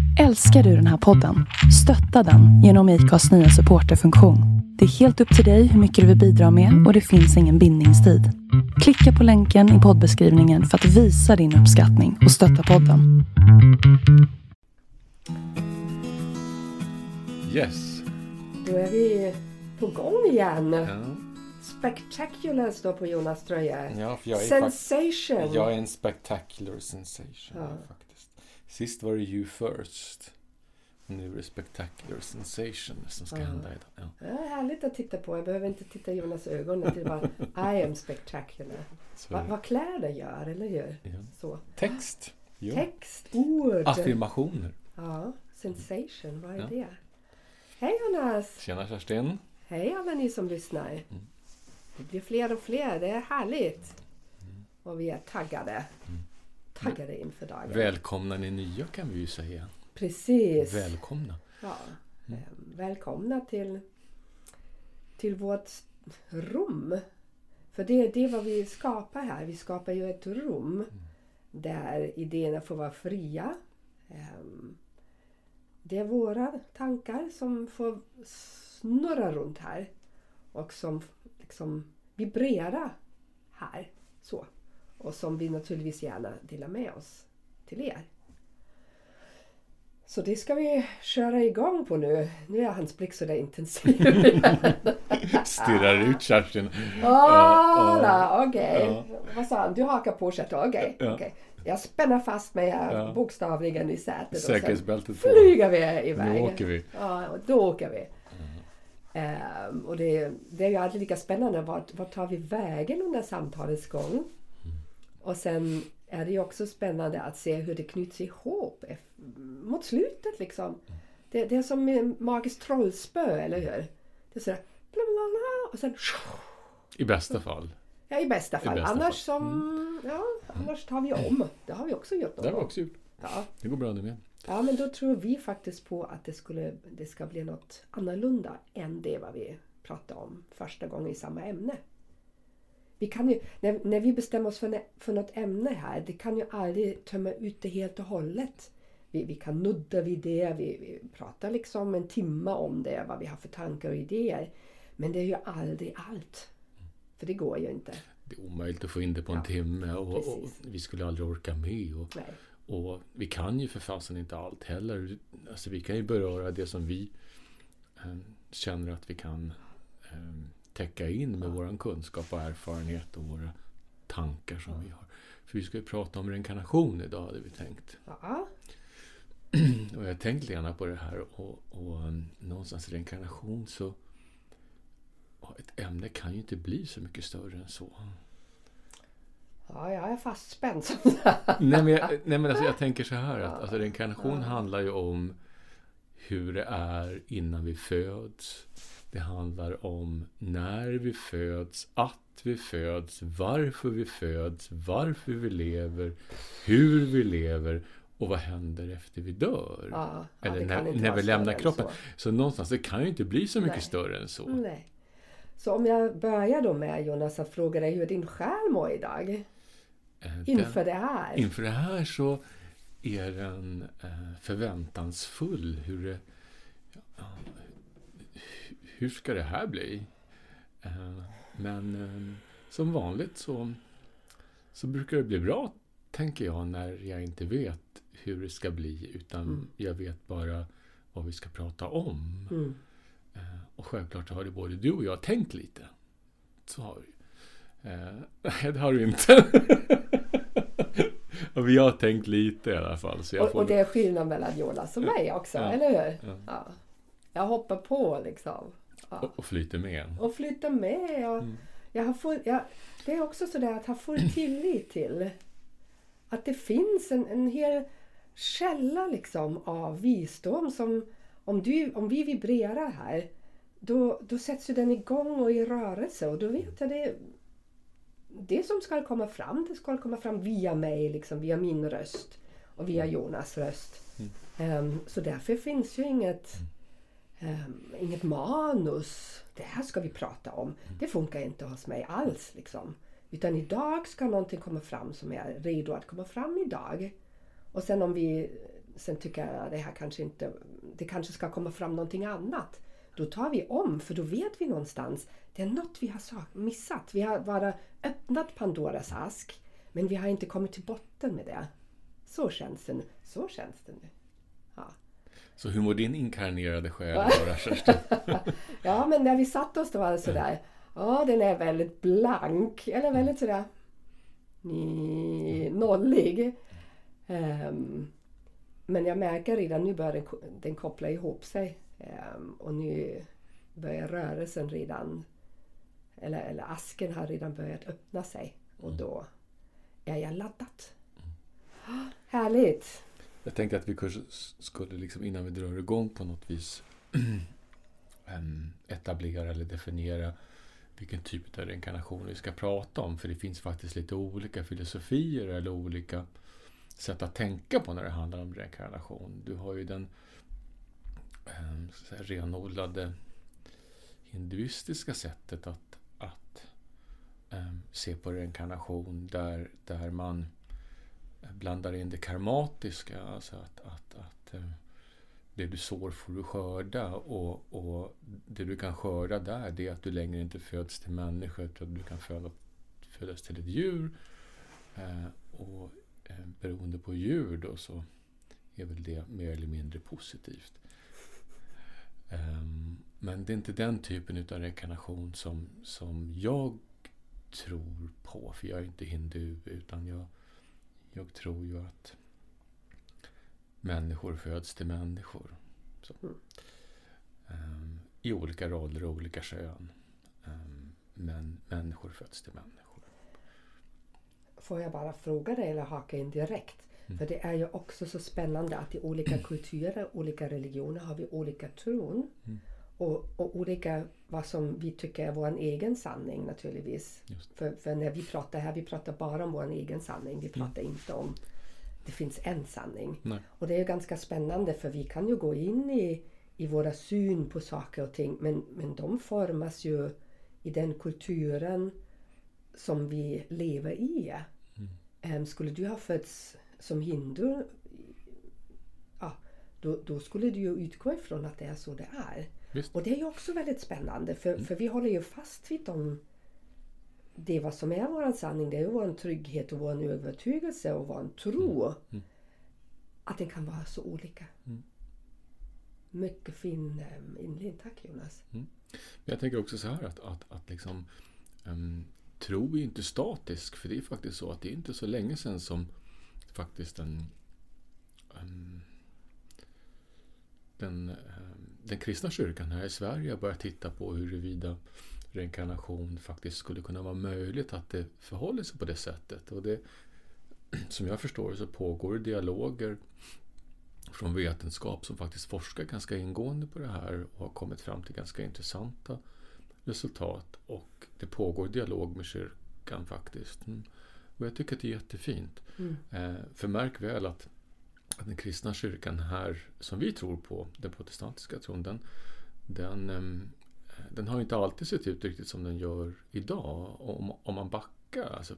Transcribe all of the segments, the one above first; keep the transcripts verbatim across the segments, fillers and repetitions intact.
Älskar du den här podden? Stötta den genom I C A:s nya supporterfunktion. Det är helt upp till dig hur mycket du vill bidra med och det finns ingen bindningstid. Klicka på länken i poddbeskrivningen för att visa din uppskattning och stötta podden. Yes. Då är vi på gång igen. Ja. Spectacular står på Jonas tröja. Ja, för jag är Sensation. Fakt- jag är en spectacular sensation Ja. faktiskt. Sist var det you first. Nu är det spectacular sensation som ska Ja. hända idag. Ja. Det är härligt att titta på. Jag behöver inte titta i Jonas ögon. Det är bara I am spectacular. Så, Va, vad kläder gör, eller hur? ja. Så. Text. Ja. Text, ord. Affirmationer. Ja, sensation. Vad är Ja. det? Hej Jonas. Tjena Kerstin. Hej alla ni som lyssnar. Mm. Det blir fler och fler. Det är härligt. Mm. Och vi är taggade. Mm. Taggade inför dagen. Välkomna ni nya kan vi ju säga. Precis. Välkomna. Ja. Mm. eh, Välkomna till, till vårt rum. För det, det är vad vi skapar här. Vi skapar ju ett rum Mm. där idéerna får vara fria. Ehm, Det är våra tankar som får snurra runt här. Och som liksom vibrerar här. Så. Och som vi naturligtvis gärna delar med oss till er. Så det ska vi köra igång på nu. Nu är hans blick så där intensiv. Stirrar ut Kerstin. Åh, ja, okej. Ja. Vad sa han? Du hakar på sig. Okej. Ja. okej. Jag spänner fast mig här Ja. bokstavligen i sätet. Och sen Säkerhetsbältet på. flyger vi iväg. Nu åker vi. Ja, och då åker vi. Ehm, och det, det är ju alltid lika spännande. Vart, vart tar vi vägen under samtalets gång? Och sen är det ju också spännande att se hur det knyts ihop eff- mot slutet liksom. Det, det är som med magiskt trollspö, eller hur? Det är sådär bla bla bla, och sen I bästa fall. ja, i bästa fall. bästa annars fall. som ja, annars tar vi om. Det har vi också gjort någon Det har vi gång. också gjort. Ja. Det går bra nu med. Ja, men då tror vi faktiskt på att det skulle det ska bli något annorlunda än det vad vi pratade om första gången i samma ämne. Vi kan ju, när, när vi bestämmer oss för, för något ämne här, det kan ju aldrig tömma ut det helt och hållet. Vi, vi kan nudda vid det, vi, vi pratar liksom en timme om det, vad vi har för tankar och idéer. Men det är ju aldrig allt. För det går ju inte. Det är omöjligt att få in det på en Ja, timme och, och precis. vi skulle aldrig orka med. Och, Nej. och vi kan ju för fasen inte allt heller. Alltså vi kan ju beröra det som vi eh, känner att vi kan eh, täcka in med Ja. våran kunskap och erfarenhet och våra tankar som vi har. För vi ska ju prata om reinkarnation idag, hade vi tänkt. Ja, Och jag har tänkt gärna på det här och, och um, någonstans reinkarnation så ja, ett ämne kan ju inte bli så mycket större än så. ja, jag är fastspänd. nej, men jag, nej men alltså jag tänker så här att Ja. alltså reinkarnation Ja. handlar ju om hur det är innan vi föds. Det handlar om när vi föds, att vi föds, varför vi föds, varför vi lever, hur vi lever och vad händer efter vi dör. Ja, ja, Eller det när, kan inte när vara vi lämnar större än kroppen. så. Så. någonstans, det kan ju inte bli så mycket Nej. större än så. Nej. Så om jag börjar då med, Jonas, att fråga dig hur din själ mår idag Eh, inför den, det här. inför det här så är den eh, förväntansfull. Hur, det, ja, hur ska det här bli? Eh, men eh, som vanligt så, så brukar det bli bra, tänker jag, när jag inte vet hur det ska bli, utan Mm. jag jag vet bara vad vi ska prata om. Mm. Eh, och självklart har det både du och jag tänkt lite. Så har vi. Eh, nej, det har du inte. och vi har tänkt lite i alla fall. Så jag Och, får... och det är skillnad mellan Jonas och mig också, Ja. eller hur? Ja. Ja. Jag hoppar på liksom. Ja. och, och flyter med. Och flyttar med. Och Mm. jag har full, jag, det är också sådär att ha full tillit till att det finns en, en hel källa liksom av visdom som om, du, om vi vibrerar här, då, då sätts ju den igång och i rörelse, och då vet jag det det som ska komma fram, det ska komma fram via mig, liksom, via min röst och via Jonas röst. Mm. Um, så därför finns ju inget um, inget manus. Det här ska vi prata om. Det funkar inte hos mig alls liksom. Utan idag ska någonting komma fram som är redo att komma fram idag. Och sen om vi sen tycker jag att det här kanske inte, det kanske ska komma fram någonting annat. Då tar vi om, för då vet vi någonstans, det är något vi har missat. Vi har bara öppnat Pandoras ask, men vi har inte kommit till botten med det. Så känns det nu. Så känns det nu. Ja. Så hur mår din inkarnerade själ vara, Kerstin? Ja, men när vi satt oss då var det sådär, ja, den är väldigt blank, eller väldigt sådär ni, nollig. Um, men jag märker redan nu börjar den, den koppla ihop sig. Um, och nu börjar rörelsen redan, eller, eller asken har redan börjat öppna sig. Och då är jag laddat. Mm. Härligt! Jag tänkte att vi kanske skulle, liksom, innan vi drar igång på något vis etablera eller definiera vilken typ av reinkarnation vi ska prata om. För det finns faktiskt lite olika filosofier eller olika sätt att tänka på när det handlar om reinkarnation. Du har ju den eh, så här, renodlade hinduistiska sättet att, att eh, se på reinkarnation där, där man blandar in det karmatiska, alltså att, att, att eh, det du sår får du skörda, och, och det du kan skörda där, det är att du längre inte föds till människa, utan du kan föda, födas till ett djur, eh, och eh, beroende på djur då så är väl det mer eller mindre positivt. Um, men det är inte den typen av reinkarnation som, som jag tror på, för jag är inte hindu, utan jag, jag tror ju att människor föds till människor. Så. Mm. Um, I olika roller och olika kön. Um, men människor föds till människor. Får jag bara fråga dig eller haka in direkt? Mm. För det är ju också så spännande att i olika kulturer, olika religioner har vi olika tron. Mm. Och, och olika vad som vi tycker är vår egen sanning naturligtvis. För, för när vi pratar här, vi pratar bara om vår egen sanning. Vi pratar mm. inte om det finns en sanning. Nej. Och det är ganska spännande, för vi kan ju gå in i, i våra syn på saker och ting. Men, men de formas ju i den kulturen som vi lever i. Mm. Um, skulle du ha fötts som hindu, ja, då, då skulle du ju utgå ifrån att det är så det är. Visst. Och det är ju också väldigt spännande, för, mm. för vi håller ju fast vid dem. Det är vad som är vår sanning, det är ju vår trygghet och vår övertygelse och vår tro. Mm. Mm. Att det kan vara så olika. Mm. Mycket fin um, inled. Tack Jonas. Mm. Jag tänker också så här att, att, att liksom, um, tro är inte statisk, för det är faktiskt så att det är inte så länge sedan som faktiskt den um, den, um, den kristna kyrkan här i Sverige börjar titta på huruvida reinkarnation faktiskt skulle kunna vara möjligt, att det förhåller sig på det sättet. Och det, som jag förstår så pågår dialoger från vetenskap som faktiskt forskar ganska ingående på det här och har kommit fram till ganska intressanta resultat, och det pågår dialog med kyrkan faktiskt. Mm. Och jag tycker att det är jättefint. Mm. Eh, för märk väl att, att den kristna kyrkan här, som vi tror på, den protestantiska tron, den, den, eh, den har inte alltid sett ut riktigt som den gör idag. Om, om man backar, alltså,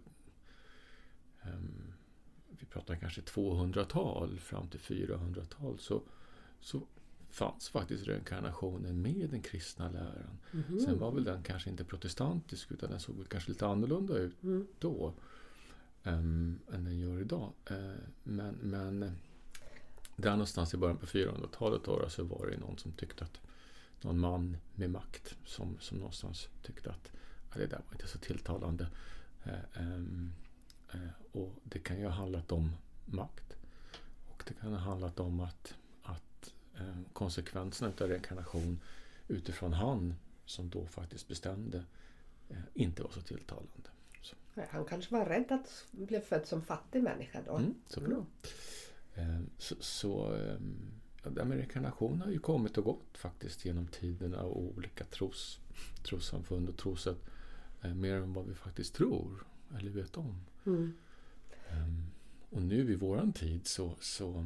eh, vi pratar kanske tvåhundratal fram till fyrahundratal, så, så fanns faktiskt reinkarnationen med den kristna läran. Mm. Sen var väl den kanske inte protestantisk, utan den såg väl kanske lite annorlunda ut mm. då um, än den gör idag. Uh, men, men där någonstans i början på fyrahundratalet då, så var det någon som tyckte att någon man med makt som, som någonstans tyckte att ja, det där var inte så tilltalande. Uh, um, uh, och det kan ju ha handlat om makt. Och det kan ha handlat om att konsekvenserna av reinkarnation utifrån han som då faktiskt bestämde eh, inte var så tilltalande. Så. Han kanske var rädd att bli född som fattig människa då. Mm, så bra. Mm. Eh, så så eh, ja, reinkarnation har ju kommit och gått faktiskt genom tiderna, och olika tros, trossamfund och trossätt eh, mer än vad vi faktiskt tror eller vet om. Mm. Eh, och nu i våran tid så, så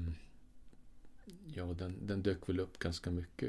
ja, den, den dök väl upp ganska mycket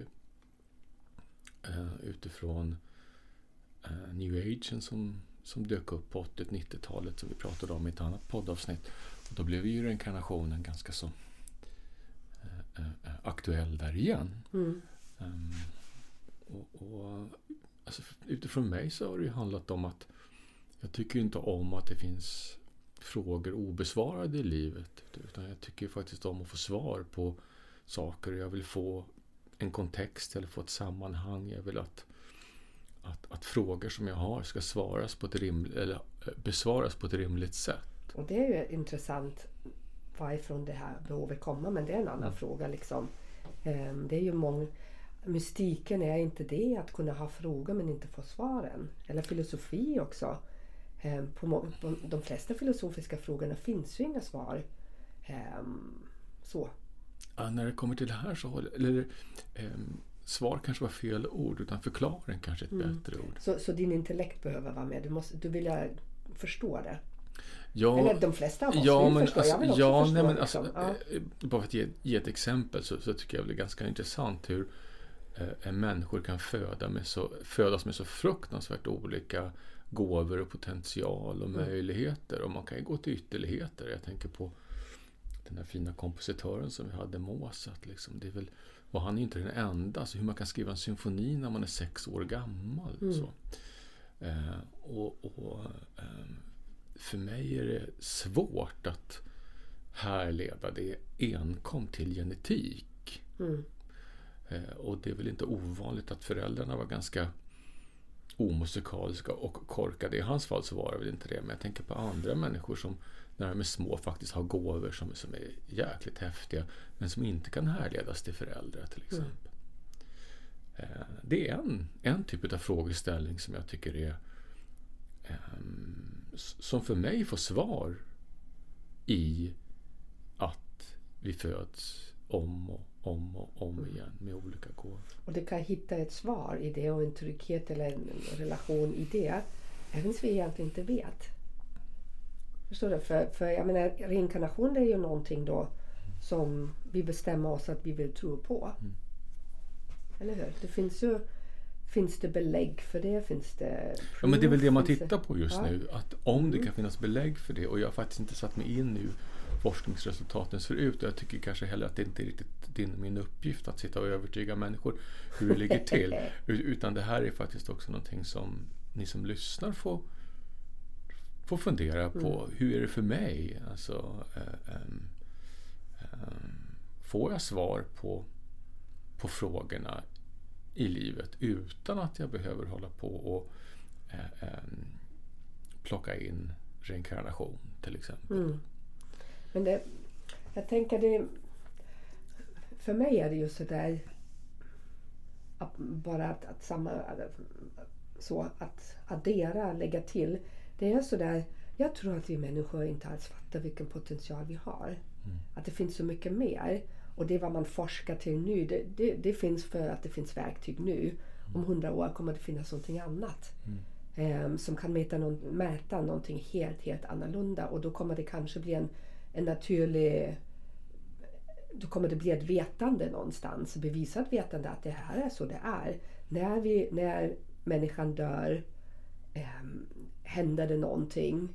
uh, utifrån uh, New Age som, som dök upp på åttio- och nittiotalet, som vi pratade om i ett annat poddavsnitt. Och då blev ju reinkarnationen ganska så äh, aktuell där igen. Mm. Um, och, och, alltså, utifrån mig så har det ju handlat om att jag tycker inte om att det finns frågor obesvarade i livet. Utan jag tycker faktiskt om att få svar på saker. Jag vill få en kontext eller få ett sammanhang. Jag vill att, att, att frågor som jag har ska svaras på ett rimligt, eller besvaras på ett rimligt sätt. Och det är ju intressant varifrån det här behovet kommer, men det är en annan mm. fråga liksom. Det är ju många, mystiken är inte det att kunna ha frågor men inte få svaren. Eller filosofi också. På, må- på de flesta filosofiska frågorna finns ju inga svar. Så. Ja, när det kommer till det här så håller, eller um, svar kanske var fel ord, utan förklaring kanske ett mm. bättre ord. Så, så din intellekt behöver vara med. Du, måste, du vill förstå det. Ja, eller de flesta av oss ja, vill men förstå. Alltså, jag vill också ja, förstå. Nej, men liksom. alltså, ja. eh, bara för att ge, ge ett exempel så, så tycker jag det är ganska intressant hur eh, människor kan föda med så, födas med så fruktansvärt olika gåvor och potential och mm. möjligheter. Och man kan ju gå till ytterligheter. Jag tänker på den här fina kompositören som vi hade, Mozart. Liksom. Det är väl, och han är inte den enda. Alltså hur man kan skriva en symfoni när man är sex år gammal. Mm. Så. Eh, och... och eh, för mig är det svårt att härleda det enkom till genetik. Mm. Eh, och det är väl inte ovanligt att föräldrarna var ganska omusikaliska och korkade. I hans fall så var det väl inte det. Men jag tänker på andra människor som när de är små faktiskt har gåvor som, som är jäkligt häftiga men som inte kan härledas till föräldrar till exempel. Mm. Eh, det är en, en typ av frågeställning som jag tycker är Um, som för mig får svar i att vi föds om och om och om igen med olika gåvor. Och det kan hitta ett svar i det och en trygghet eller en relation i det även om vi egentligen inte vet. Förstår du? För, för jag menar, reinkarnation är ju någonting då som vi bestämmer oss att vi vill tro på. Mm. Eller hur? Det finns ju Finns det belägg för det? Finns det proof? Ja, men det är väl det man tittar på just ja. nu. Att om mm. det kan finnas belägg för det. Och jag har faktiskt inte satt mig in i hur forskningsresultaten ser ut. Och jag tycker kanske heller att det inte är riktigt din, min uppgift att sitta och övertyga människor hur det ligger till. Utan det här är faktiskt också någonting som ni som lyssnar får, får fundera på. Mm. Hur är det för mig? Alltså, äh, äh, äh, får jag svar på, på frågorna i livet utan att jag behöver hålla på och eh, eh, plocka in reinkarnation till exempel. Mm. Men det, jag tänker det, för mig är det ju så där att bara att, att samma så att addera, lägga till. Det är så där, jag tror att vi människor inte alls fattar vilken potential vi har. Mm. Att det finns så mycket mer. Och det är vad man forskar till nu. Det, det, det finns för att det finns verktyg nu. Mm. Om hundra år kommer det finnas någonting annat. Mm. Eh, som kan mäta, någon, mäta någonting helt, helt annorlunda. Och då kommer det kanske bli en, en naturlig... Då kommer det bli ett vetande någonstans. Bevisat vetande att det här är så det är. När, vi, när människan dör eh, händer det någonting.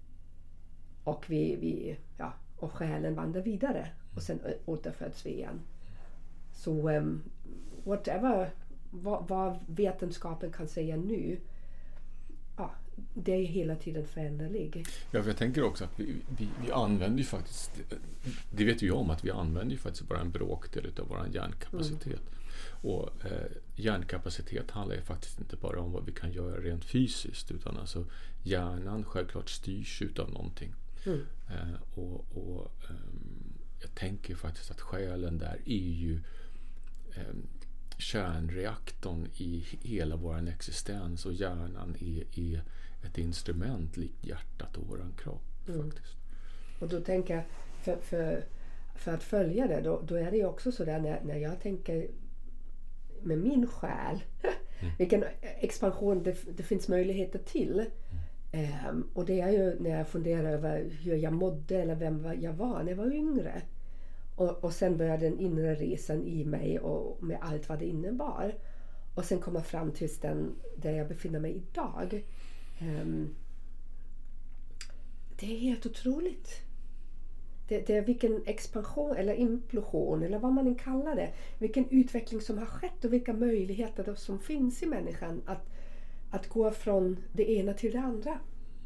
Och vi... vi ja, och själen vandrar vidare. Och sen återföds vi igen. Så um, whatever, vad, vad vetenskapen kan säga nu, ja, det är hela tiden föränderlig. Ja, för jag tänker också att vi, vi, vi använder ju faktiskt, det vet ju jag om att vi använder ju faktiskt bara en bråkdel av vår hjärnkapacitet. Mm. Och eh, hjärnkapacitet handlar ju faktiskt inte bara om vad vi kan göra rent fysiskt, utan alltså hjärnan självklart styrs utav någonting. Mm. Eh, och och um, jag tänker faktiskt att själen där är ju eh, kärnreaktorn i hela vår existens, och hjärnan är, är ett instrument likt hjärtat och våran kropp. Mm. Faktiskt. Och då tänker jag, för, för, för att följa det, då, då är det ju också så där när, när jag tänker med min själ, mm. vilken expansion det, det finns möjligheter till. Mm. Um, och det är ju när jag funderar över hur jag mådde eller vem jag var när jag var yngre. Och, och sen började den inre resan i mig och med allt vad det innebar. Och sen komma fram till den där jag befinner mig idag. Um, det är helt otroligt. det, det är vilken expansion eller implosion eller vad man än kallar det. Vilken utveckling som har skett och vilka möjligheter då som finns i människan att, att gå från det ena till det andra.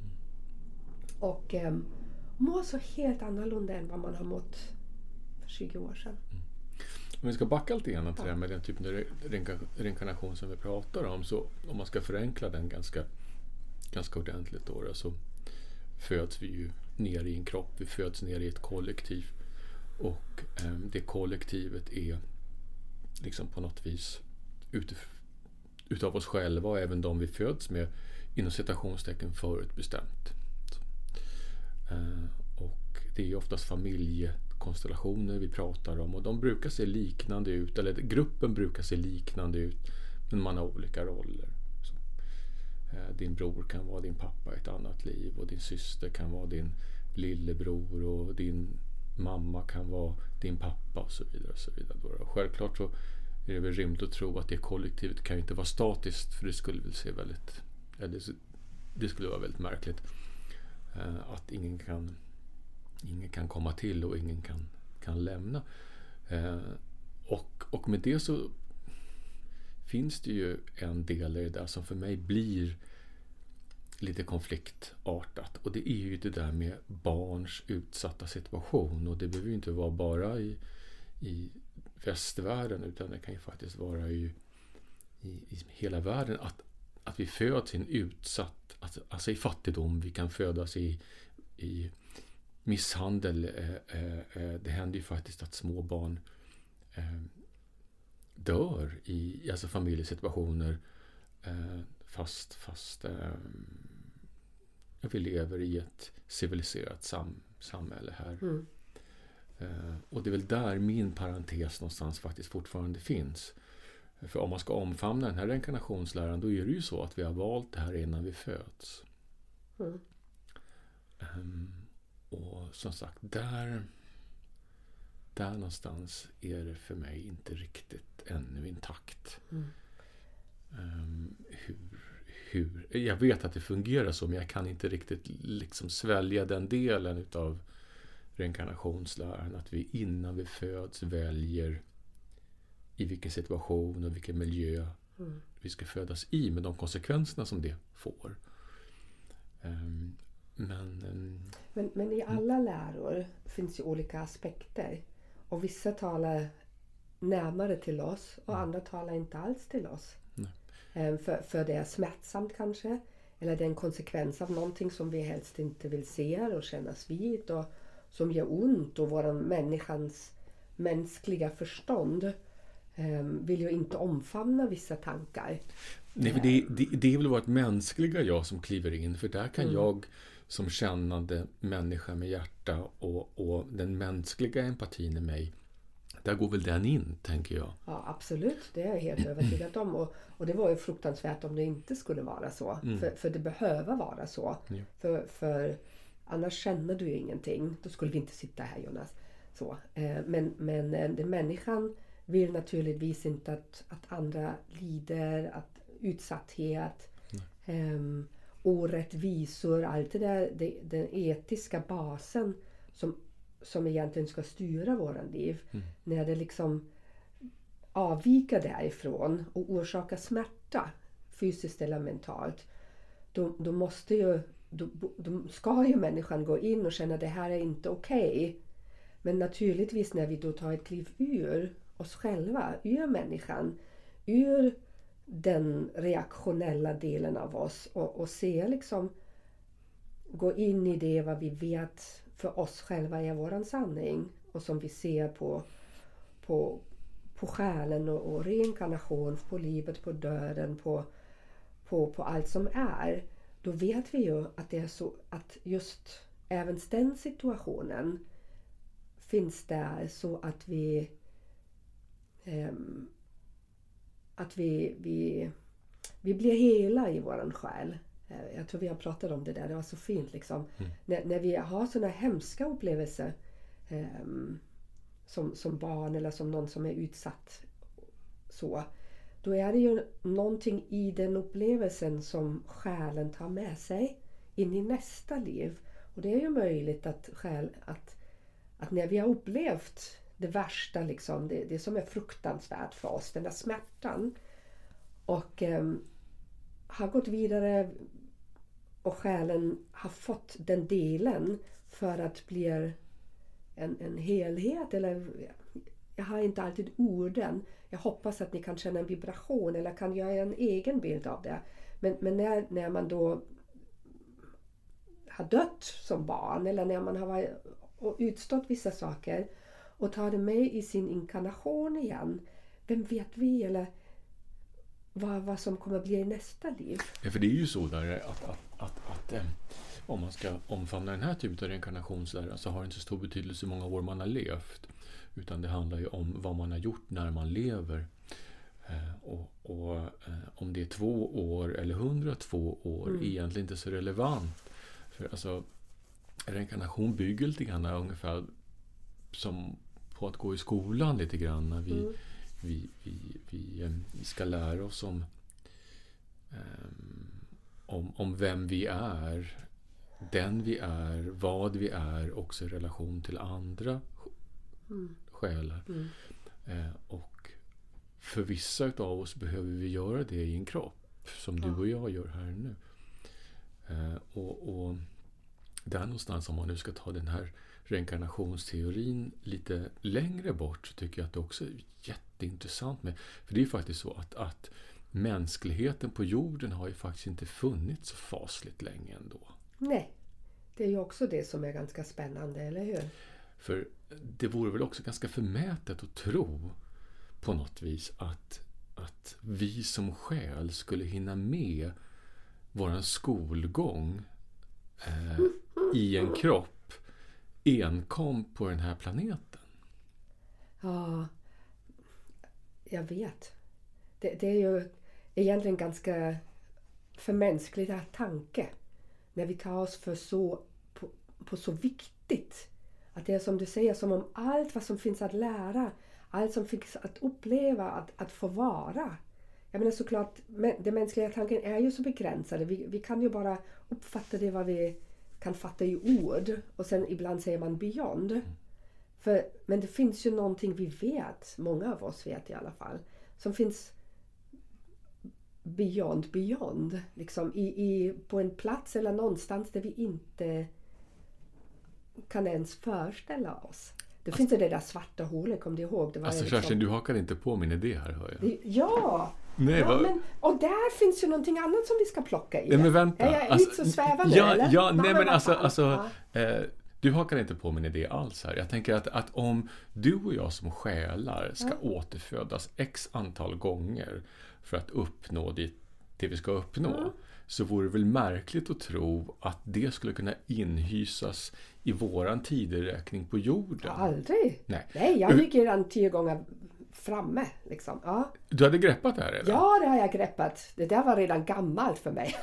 Och eh, må så helt annorlunda än vad man har mått för tjugo år sedan. Om vi ska backa lite grann till det här med den typen av reinka- reinkarnation som vi pratar om, så om man ska förenkla den ganska, ganska ordentligt då, då, så föds vi ju ner i en kropp, vi föds ner i ett kollektiv, och eh, det kollektivet är liksom på något vis utif- utav oss själva och även de vi föds med inom citationstecken förutbestämt. Eh, och det är ju oftast familjekonstellationer vi pratar om, och de brukar se liknande ut, eller gruppen brukar se liknande ut, men man har olika roller. Så, eh, din bror kan vara din pappa i ett annat liv, och din syster kan vara din lillebror, och din mamma kan vara din pappa, och så vidare. Och så vidare. Och självklart så är det väl rimligt att tro att det kollektivet kan ju inte vara statiskt, för det skulle väl se väldigt, eller det skulle vara väldigt märkligt eh, att ingen kan ingen kan komma till och ingen kan, kan lämna. Eh, och, och med det så finns det ju en del i det där som för mig blir lite konfliktartat, och det är ju det där med barns utsatta situation, och det behöver ju inte vara bara i, i västvärlden, utan det kan ju faktiskt vara i, i, i hela världen, att, att vi föds i en utsatt, alltså, alltså i fattigdom, vi kan födas i, i misshandel. Eh, eh, det händer ju faktiskt att små barn eh, dör i alltså familjesituationer, eh, fast, fast eh, vi lever i ett civiliserat sam, samhälle här. Mm. Eh, och det är väl där min parentes någonstans faktiskt fortfarande finns. För om man ska omfamna den här reinkarnationsläran, då är det ju så att vi har valt det här innan vi föds. Mm. Um, och som sagt, där där någonstans är det för mig inte riktigt ännu intakt. Mm. Um, hur, hur, jag vet att det fungerar så, men jag kan inte riktigt liksom svälja den delen utav reinkarnationsläran, att vi innan vi föds väljer i vilken situation och vilken miljö mm. vi ska födas i, med de konsekvenserna som det får. Um, men, um, men, men i alla mm. läror finns ju olika aspekter, och vissa talar närmare till oss och mm. andra talar inte alls till oss. Um, för, för det är smärtsamt kanske, eller det är en konsekvens av någonting som vi helst inte vill se och kännas vid, och som gör ont, och våran människans mänskliga förstånd um, vill ju inte omfamna vissa tankar. Nej, för det, det, det är väl vårt mänskliga jag som kliver in, för där kan mm. jag som kännande människa med hjärta och, och den mänskliga empatin i mig, där går väl den in, tänker jag. Ja, absolut. Det är jag helt övertygad om. Och, och det var ju fruktansvärt om det inte skulle vara så. Mm. För, för det behöver vara så. Ja. För, för annars känner du ju ingenting. Då skulle vi inte sitta här, Jonas. Så. Men, men den människan vill naturligtvis inte att, att andra lider, att utsatthet, um, orättvisor, allt det där, det, den etiska basen som som egentligen ska styra våran liv. Mm. När det liksom avviker därifrån och orsakar smärta, fysiskt eller mentalt, då, då måste ju då, då ska ju människan gå in och känna att det här är inte okej. Okay. Men naturligtvis när vi då tar ett kliv ur oss själva, ur människan, ur den reaktionella delen av oss, och, och se liksom, gå in i det vad vi vet för oss själva är våran sanning, och som vi ser på, på, på själen och, och reinkarnation, på livet, på döden, på, på, på allt som är, då vet vi ju att det är så att just även den situationen finns där, så att vi um, att vi, vi vi blir hela i våran själ. Jag tror vi har pratat om det där. Det var så fint liksom. Mm. När, när vi har såna hemska upplevelser um, som, som barn, eller som någon som är utsatt, så, då är det ju någonting i den upplevelsen som själen tar med sig in i nästa liv. Och det är ju möjligt att, själ, att, att när vi har upplevt det värsta, liksom, det, det som är fruktansvärt för oss, den där smärtan, och eh, har gått vidare och själen har fått den delen för att bli en, en helhet, eller jag har inte alltid orden. Jag hoppas att ni kan känna en vibration eller kan göra en egen bild av det. Men, men när, när man då har dött som barn, eller när man har varit, och utstått vissa saker och tar det med i sin inkarnation igen, vem vet vi, eller vad, vad som kommer att bli i nästa liv? Ja, för det är ju så där att, att, att, att eh, om man ska omfamna den här typen av reinkarnationslära så har det inte så stor betydelse hur många år man har levt, utan det handlar ju om vad man har gjort när man lever. Eh, och och eh, om det är två år eller hundratvå år mm. är egentligen inte så relevant. För alltså, reinkarnation bygger lite grann ungefär som på att gå i skolan lite grann. När vi, mm. vi, vi, vi, vi ska lära oss om, um, om, om vem vi är, den vi är, vad vi är, också i relation till andra mm. själar. Mm. Eh, och för vissa av oss behöver vi göra det i en kropp, som ja. du och jag gör här nu. Eh, och, och där någonstans, om man nu ska ta den här reinkarnationsteorin lite längre bort, så tycker jag att det också är jätteintressant med, för det är ju faktiskt så att, att mänskligheten på jorden har ju faktiskt inte funnits så fasligt länge ändå. Nej, det är ju också det som är ganska spännande, eller hur? För det vore väl också ganska förmätet att tro på något vis att, att vi som själ skulle hinna med våran skolgång eh, i en kropp enkom på den här planeten. Ja, jag vet. Det, det är ju egentligen ganska förmänskliga tanke när vi tar oss för så på, på så viktigt. Att det är som du säger, som om allt vad som finns att lära, allt som finns att uppleva, att, att få vara. Jag menar såklart, den mänskliga tanken är ju så begränsad. Vi, vi kan ju bara uppfatta det vad vi kan fatta i ord. Och sen ibland säger man beyond. Mm. För, men det finns ju någonting vi vet, många av oss vet i alla fall, som finns beyond, beyond. Liksom i, i, på en plats eller någonstans där vi inte kan ens föreställa oss. Det alltså, finns det där svarta hålet, kom du ihåg? Det var alltså liksom, Kerstin, du hakar inte på min idé här, hör jag. Det, ja! Nej, ja vad... men, och där finns ju någonting annat som vi ska plocka i. Nej, men vänta. Är jag alltså, lite så svävande, ja, eller? Ja, nej, nej men alltså, alltså ja. eh, du hakar inte på min idé alls här. Jag tänker att, att om du och jag som själar ska ja. återfödas x antal gånger för att uppnå det, det vi ska uppnå, mm. så vore det väl märkligt att tro att det skulle kunna inhysas i våran tideräkning på jorden. Ja, aldrig. Nej, nej jag ligger redan tio gånger framme. Liksom. Ja. Du hade greppat det här redan? Ja, det har jag greppat. Det där var redan gammalt för mig.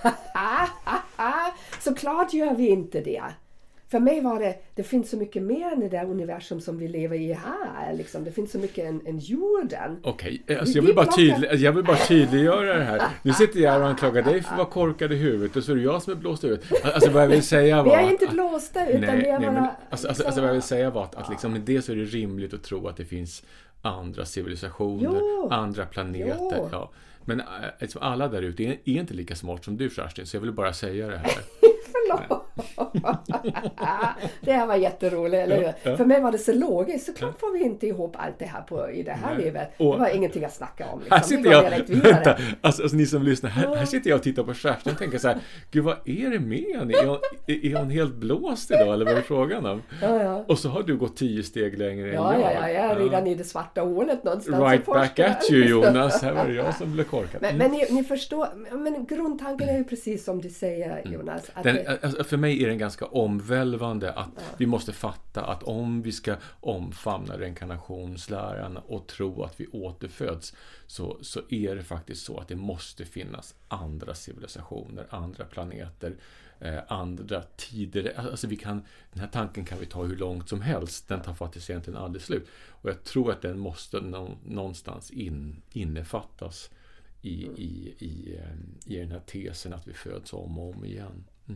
Såklart gör vi inte det. För mig var det, det finns så mycket mer än det där universum som vi lever i här. Liksom. Det finns så mycket än, än jorden. Okej, okay. alltså, jag, vill bara tydlig, jag vill bara tydliggöra det här. Nu sitter jag och anklagar dig för att vara korkad i huvudet och så är det jag som är blåst ut. Alltså vad jag vill säga var... Vi är inte blåsta utan nej, det är nej, bara... Men, alltså, alltså, alltså vad jag vill säga var att, att liksom, med det så är det rimligt att tro att det finns andra civilisationer, jo. andra planeter. Jo. Ja. Men alltså, alla där ute är, är inte lika smart som du, Kerstin, så jag vill bara säga det här. Förlåt. Det här var jätteroligt, eller hur? Ja, ja. För mig var det så logiskt. Så klart får vi inte ihop allt det här på, i det här Nej. livet. Och, det var ingenting att snacka om. Liksom. Här sitter jag, vänta, alltså, alltså ni som lyssnar, här, här sitter jag och tittar på Kerstin och tänker så här, gud vad är det med henne? Är hon, är hon helt blåst idag, eller vad är frågan om? Ja, ja. Och så har du gått tio steg längre ja, än jag. Ja, ja, jag är redan ja. i det svarta hålet någonstans. Right back at you, Jonas. Här var det jag som blev korkad. Men, men ni, ni förstår, men grundtanken är ju precis som du säger, Jonas. Att den, det, alltså, för mig är den ganska omvälvande att ja. vi måste fatta att om vi ska omfamna reinkarnationsläran och tro att vi återföds, så, så är det faktiskt så att det måste finnas andra civilisationer, andra planeter, eh, andra tider. Alltså vi kan, den här tanken kan vi ta hur långt som helst. Den tar faktiskt egentligen aldrig slut. Och jag tror att den måste någonstans in, innefattas i, i, i, i den här tesen att vi föds om och om igen. Mm.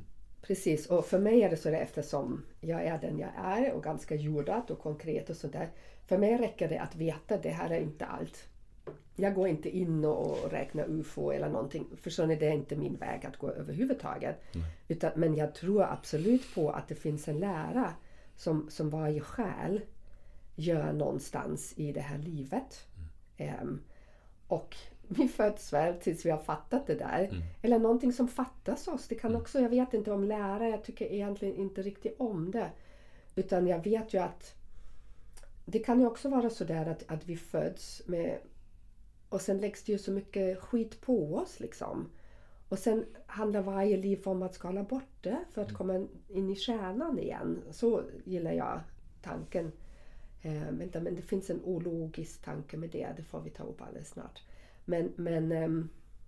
Precis, och för mig är det så där eftersom jag är den jag är och ganska jordad och konkret och sådär. För mig räcker det att veta att det här är inte allt. Jag går inte in och räknar U F O eller någonting. Förstår ni, det är inte min väg att gå överhuvudtaget. Mm. Utan, men jag tror absolut på att det finns en lära som, som varje själ gör någonstans i det här livet. Mm. Um, och vi föds väl tills vi har fattat det där. Mm. Eller någonting som fattas oss. Det kan mm. också, jag vet inte om lära, jag tycker egentligen inte riktigt om det. Utan jag vet ju att det kan ju också vara så där att, att vi föds med, och sen läggs det ju så mycket skit på oss liksom. Och sen handlar varje liv om att skala bort det för att mm. komma in i kärnan igen. Så gillar jag tanken. Eh, men, men det finns en ologisk tanke med det. Det får vi ta upp alldeles snart. Men, men um,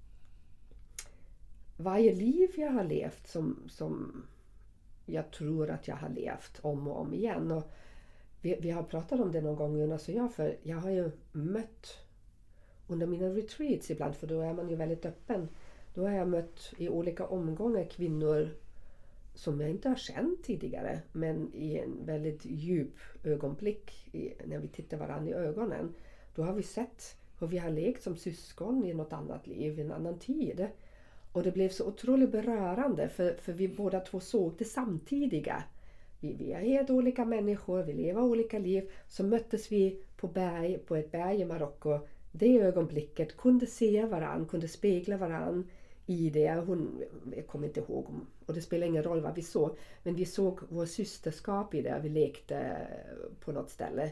varje liv jag har levt som, som jag tror att jag har levt om och om igen. Och vi, vi har pratat om det någon gång, Jonas och jag, för jag har ju mött under mina retreats ibland, för då är man ju väldigt öppen. Då har jag mött i olika omgångar kvinnor som jag inte har känt tidigare, men i en väldigt djup ögonblick i, när vi tittar varandra i ögonen, då har vi sett hur vi har lekt som syskon i något annat liv, i en annan tid. Och det blev så otroligt berörande, för, för vi båda två såg det samtidiga. Vi, vi är helt olika människor, vi lever olika liv. Så möttes vi på, berg, på ett berg i Marocko. Det ögonblicket kunde se varann, kunde spegla varann i det. Hon, jag kommer inte ihåg, och det spelar ingen roll vad vi såg. Men vi såg vår systerskap i det, vi lekte på något ställe.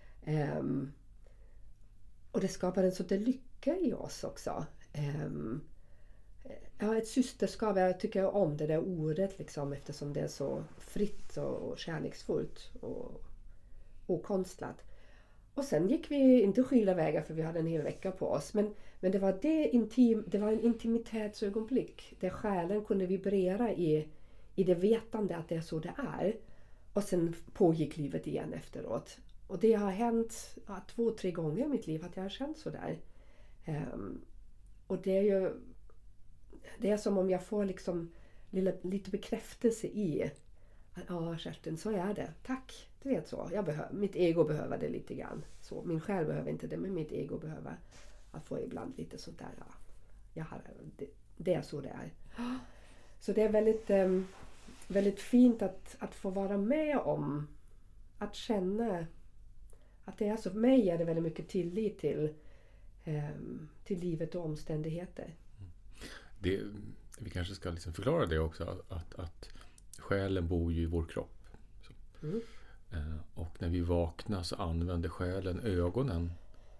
Um, och det skapade en sån lycka i oss också. Um, ja, ett systerskap, jag tycker om det där ordet liksom, eftersom det är så fritt och kärleksfullt och okonstlat. Och sen gick vi inte skilda vägar för vi hade en hel vecka på oss. Men, men det, var det, intim, det var en intimitetsögonblick där själen kunde vibrera i, i det vetande att det är så det är. Och sen pågick livet igen efteråt. Och det har hänt ja, två, tre gånger i mitt liv att jag har känt så där. Um, och det är ju det är som om jag får liksom lilla, lite bekräftelse i att ja, Kerstin, så är det. Tack, du vet så. Jag behöver, mitt ego behöver det lite grann. Så, min själ behöver inte det, men mitt ego behöver att få ibland lite sånt där. Ja, jag har, det, det är så det är. Så det är väldigt, um, väldigt fint att, att få vara med om, att känna att det är så. För mig är det väldigt mycket tillit till, um, till livet och omständigheter. Det, vi kanske ska liksom förklara det också, att, att, att själen bor ju i vår kropp. Så. Mm. Eh, och när vi vaknar så använder själen ögonen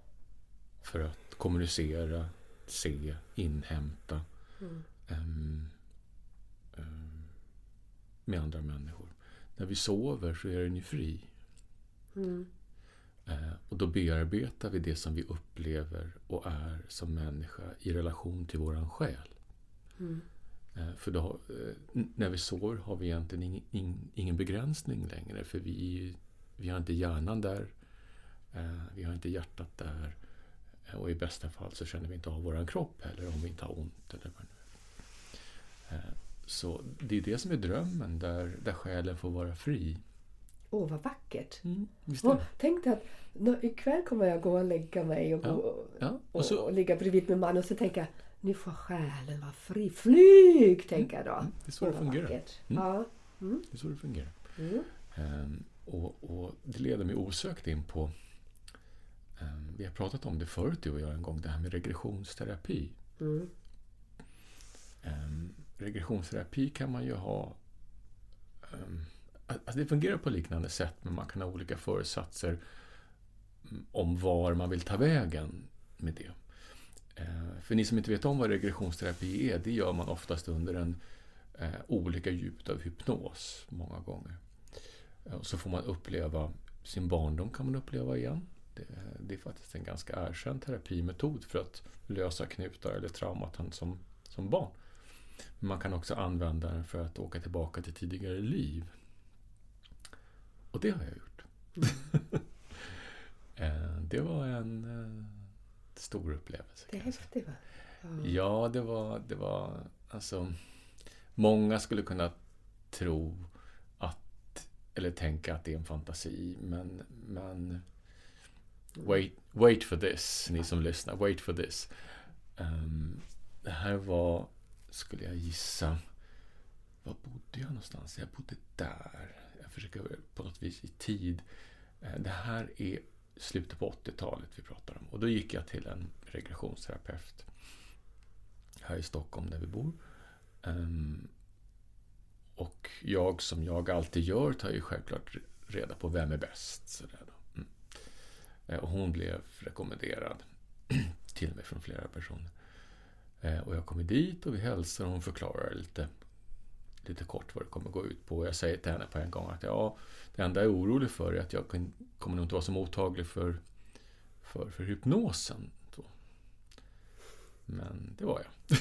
för att kommunicera, se, inhämta mm. um, um, med andra människor. När vi sover så är den ju fri. Mm. Eh, och då bearbetar vi det som vi upplever och är som människa i relation till våran själ. Mm. Eh, för då, eh, när vi sover har vi egentligen ing, ing, ingen begränsning längre, för vi, vi har inte hjärnan där, eh, vi har inte hjärtat där, eh, och i bästa fall så känner vi inte av våran kropp heller om vi inte har ont eller vad nu. Eh, så det är det som är drömmen, där, där själen får vara fri. Åh, oh, vad vackert. Mm, och tänk dig att när, ikväll kommer jag gå och lägga mig och, ja, gå, ja, och, och, så, och ligga bredvid min man och så tänka jag, nu får själen vara fri. Flyg, tänker jag då. Mm, det är så oh, det fungerar. Mm. Ja. Mm. Det är så det fungerar. Mm. Um, och, och det leder mig osökt in på, um, vi har pratat om det förut du och jag en gång, det här med regressionsterapi. Mm. Um, regressionsterapi kan man ju ha, um, alltså det fungerar på liknande sätt, men man kan ha olika föresatser om var man vill ta vägen med det. Uh, för ni som inte vet om vad regressionsterapi är, det gör man oftast under en uh, olika djup av hypnos många gånger. Uh, så får man uppleva sin barndom, kan man uppleva igen. Det, det är faktiskt en ganska erkänd terapimetod för att lösa knutar eller trauman som, som barn. Men man kan också använda den för att åka tillbaka till tidigare liv. Och det har jag gjort. Det var en uh, stor upplevelse. Det är häftigt, va? Ja, ja det var, det var alltså, många skulle kunna tro att, eller tänka att det är en fantasi, men, men wait, wait for this, ni som lyssnar, wait for this. Um, det här var, skulle jag gissa, var bodde jag någonstans? Jag bodde där. Jag försöker på något vis i tid. Det här är slutet på åttiotalet vi pratar om. Och då gick jag till en regressionsterapeut här i Stockholm där vi bor. Um, och jag som jag alltid gör tar ju självklart reda på vem är bäst. Sådär då. Mm. Och hon blev rekommenderad till mig från flera personer. Och jag kommer dit och vi hälsar och hon förklarar lite, lite kort vad det kommer gå ut på. Jag säger till henne på en gång att ja, det enda jag är orolig för är att jag kommer nog inte vara så mottaglig för, för, för hypnosen. Så. Men det var jag.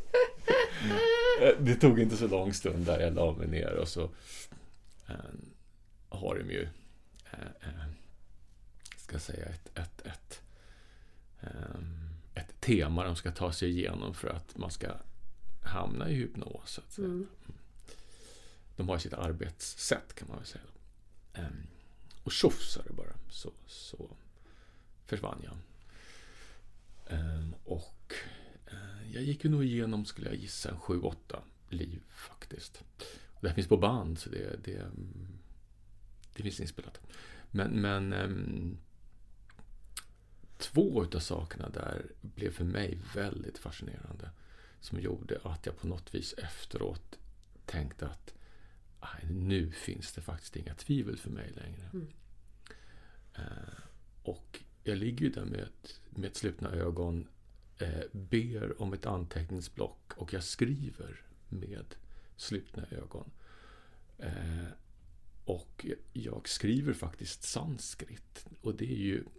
Det tog inte så lång stund där jag la mig ner och så äh, har de ju äh, äh, ska jag säga ett ett, ett ähm, ett tema de ska ta sig igenom för att man ska hamna i hypnos. Så att säga. Mm. De har sitt arbetssätt kan man väl säga. Um, och tjoff sa det bara. Så, så försvann jag. Um, och uh, jag gick ju nog igenom, skulle jag gissa, en sju åtta liv faktiskt. Och det här finns på band så det, det, det finns inspelat. Men, men um, två utav sakerna där blev för mig väldigt fascinerande. Som gjorde att jag på något vis efteråt tänkte att aj, nu finns det faktiskt inga tvivel för mig längre. Mm. Uh, och jag ligger där med ett, med ett slutna ögon, uh, ber om ett anteckningsblock och jag skriver med slutna ögon. Uh, och jag skriver faktiskt sanskrit. Och det är ju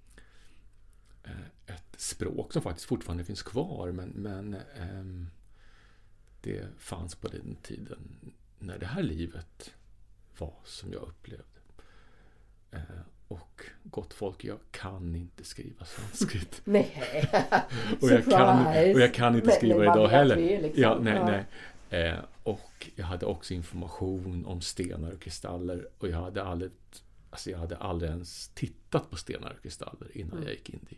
ett språk som faktiskt fortfarande finns kvar, men, men ähm, det fanns på den tiden när det här livet var som jag upplevde. Äh, och gott folk, jag kan inte skriva sanskrit. Nej. och, jag kan, och jag kan inte skriva nej, idag heller. Liksom. Ja, nej, nej. Äh, och jag hade också information om stenar och kristaller och jag hade aldrig, alltså jag hade aldrig ens tittat på stenar och kristaller innan mm. jag gick in dit.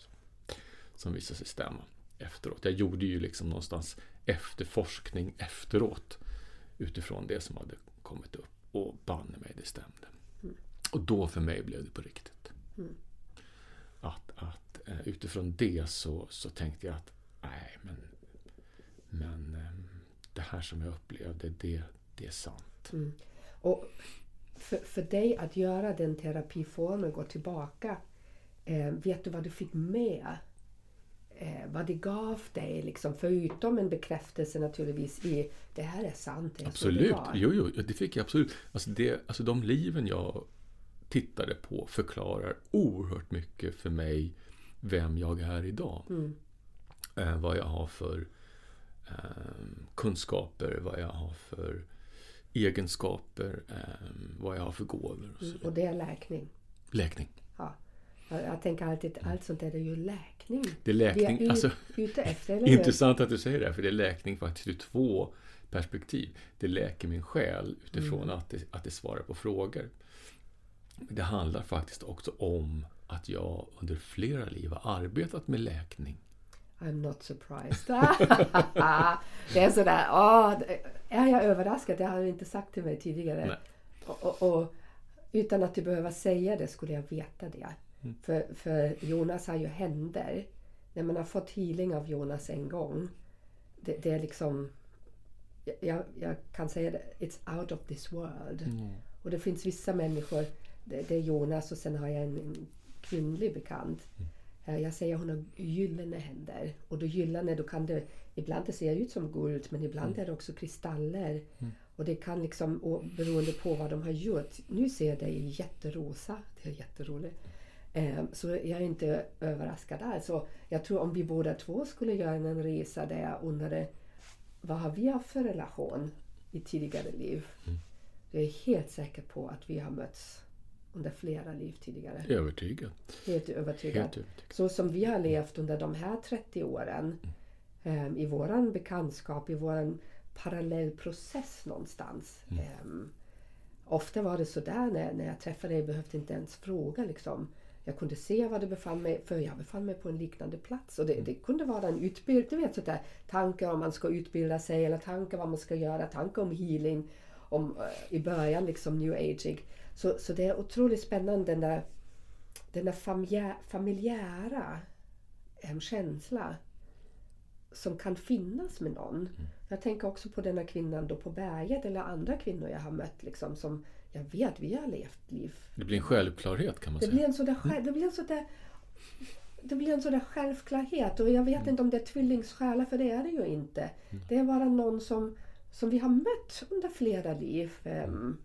Som visade sig stämma efteråt. Jag gjorde ju liksom någonstans efterforskning efteråt utifrån det som hade kommit upp och banne mig det stämde. Mm. Och då för mig blev det på riktigt. Mm. Att, att utifrån det så, så tänkte jag att nej men, men det här som jag upplevde det, det är sant. Mm. Och för, för dig att göra den terapiformen, gå tillbaka, eh, vet du vad du fick med? Eh, vad det gav dig, liksom, förutom en bekräftelse naturligtvis i det här är sant. Det är absolut, så det jo, jo, det fick jag absolut. Alltså, det, alltså de liven jag tittade på förklarar oerhört mycket för mig vem jag är idag. Mm. Eh, vad jag har för eh, kunskaper, vad jag har för egenskaper, eh, vad jag har för gåvor. Och, mm, och det är läkning. Läkning. Ja. Jag tänker alltid att allt sånt där är ju läkning. Det är läkning. Vi är alltså, ute efter, eller intressant att du säger det, för det är läkning faktiskt ur två perspektiv. Det läker min själ utifrån mm. att, det, att det svarar på frågor. Det handlar faktiskt också om att jag under flera liv har arbetat med läkning. I'm not surprised. Det är sådär, åh, är jag överraskad? Det har du inte sagt till mig tidigare. Och, och, och utan att du behöver säga det skulle jag veta det. Mm. För, för Jonas har ju händer. När man har fått healing av Jonas en gång. Det, det är liksom, jag, jag kan säga det, it's out of this world. Mm. Och det finns vissa människor, det, det är Jonas och sen har jag en, en kvinnlig bekant. Mm. Jag säger hon har gyllene händer. Och då gyllene, då kan det, ibland det ser ut som guld, men ibland mm. är det också kristaller. Mm. Och det kan liksom, och beroende på vad de har gjort. Nu ser det jätterosa, det är jätteroligt. Um, så jag är inte överraskad där. Så jag tror om vi båda två skulle göra en resa där jag undrade vad har vi haft för relation i tidigare liv. Mm. Jag är helt säker på att vi har mötts under flera liv tidigare. Övertygad. Helt övertygad. Helt övertygad. Så som vi har levt under de här trettio åren mm. um, i våran bekantskap, i våran parallell process någonstans. Mm. Um, ofta var det så där när, när jag träffade dig, behövde inte ens fråga liksom. Jag kunde se vad det befann mig, för jag befann mig på en liknande plats. Och det, det kunde vara en utbildning, du vet sådär, tankar om man ska utbilda sig eller tankar vad man ska göra, tankar om healing, om uh, i början liksom new ageig. Så, så det är otroligt spännande den där, den där familjä, familjära um, känsla som kan finnas med någon. Mm. Jag tänker också på den här kvinnan då på berget eller andra kvinnor jag har mött liksom, som jag vet vi har levt liv. Det blir en självklarhet kan man det säga. Blir en sådär, mm. Det blir en sådär det blir en sådär självklarhet och jag vet mm. inte om det är tvillingssjälar, för det är det ju inte. Mm. Det är bara någon som, som vi har mött under flera liv. Um,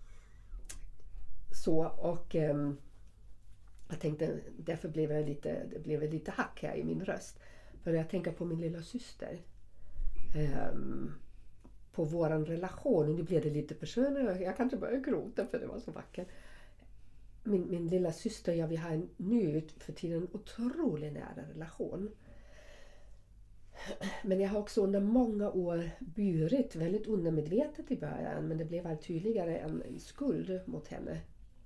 så och um, jag tänkte, därför blev det lite, det blev lite hack här i min röst. För jag tänker på min lilla syster. Um, på våran relation. Nu blev det lite personligt. Jag kanske börjar gråta för det var så vackert. Min, min lilla syster, ja, vi har en nu för tiden otroligt nära relation. Men jag har också under många år burit väldigt undermedvetet i början. Men det blev allt tydligare en, en skuld mot henne.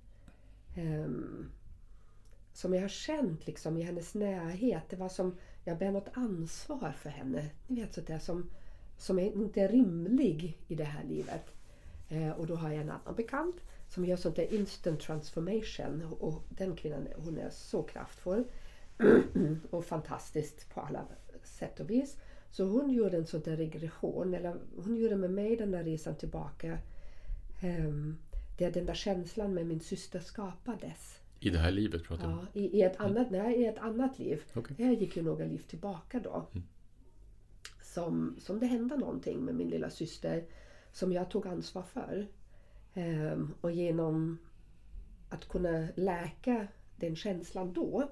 Um, som jag har känt liksom i hennes närhet. Det var som jag bär något ansvar för henne. Ni vet sådär som, som är inte är rimlig i det här livet. Eh, och då har jag en annan bekant som gör sånt där instant transformation. Och, och den kvinnan, hon är så kraftfull. och fantastiskt på alla sätt och vis. Så hon gjorde en sån där regression. Eller hon gjorde med mig den där resan tillbaka. Eh, där den där känslan med min syster skapades. I det här livet pratar du om? Ja, i, i, ett annat, nej, i ett annat liv. Okay. Jag gick ju några liv tillbaka då. Mm. Som, som det hände någonting med min lilla syster som jag tog ansvar för. Um, och genom att kunna läka den känslan då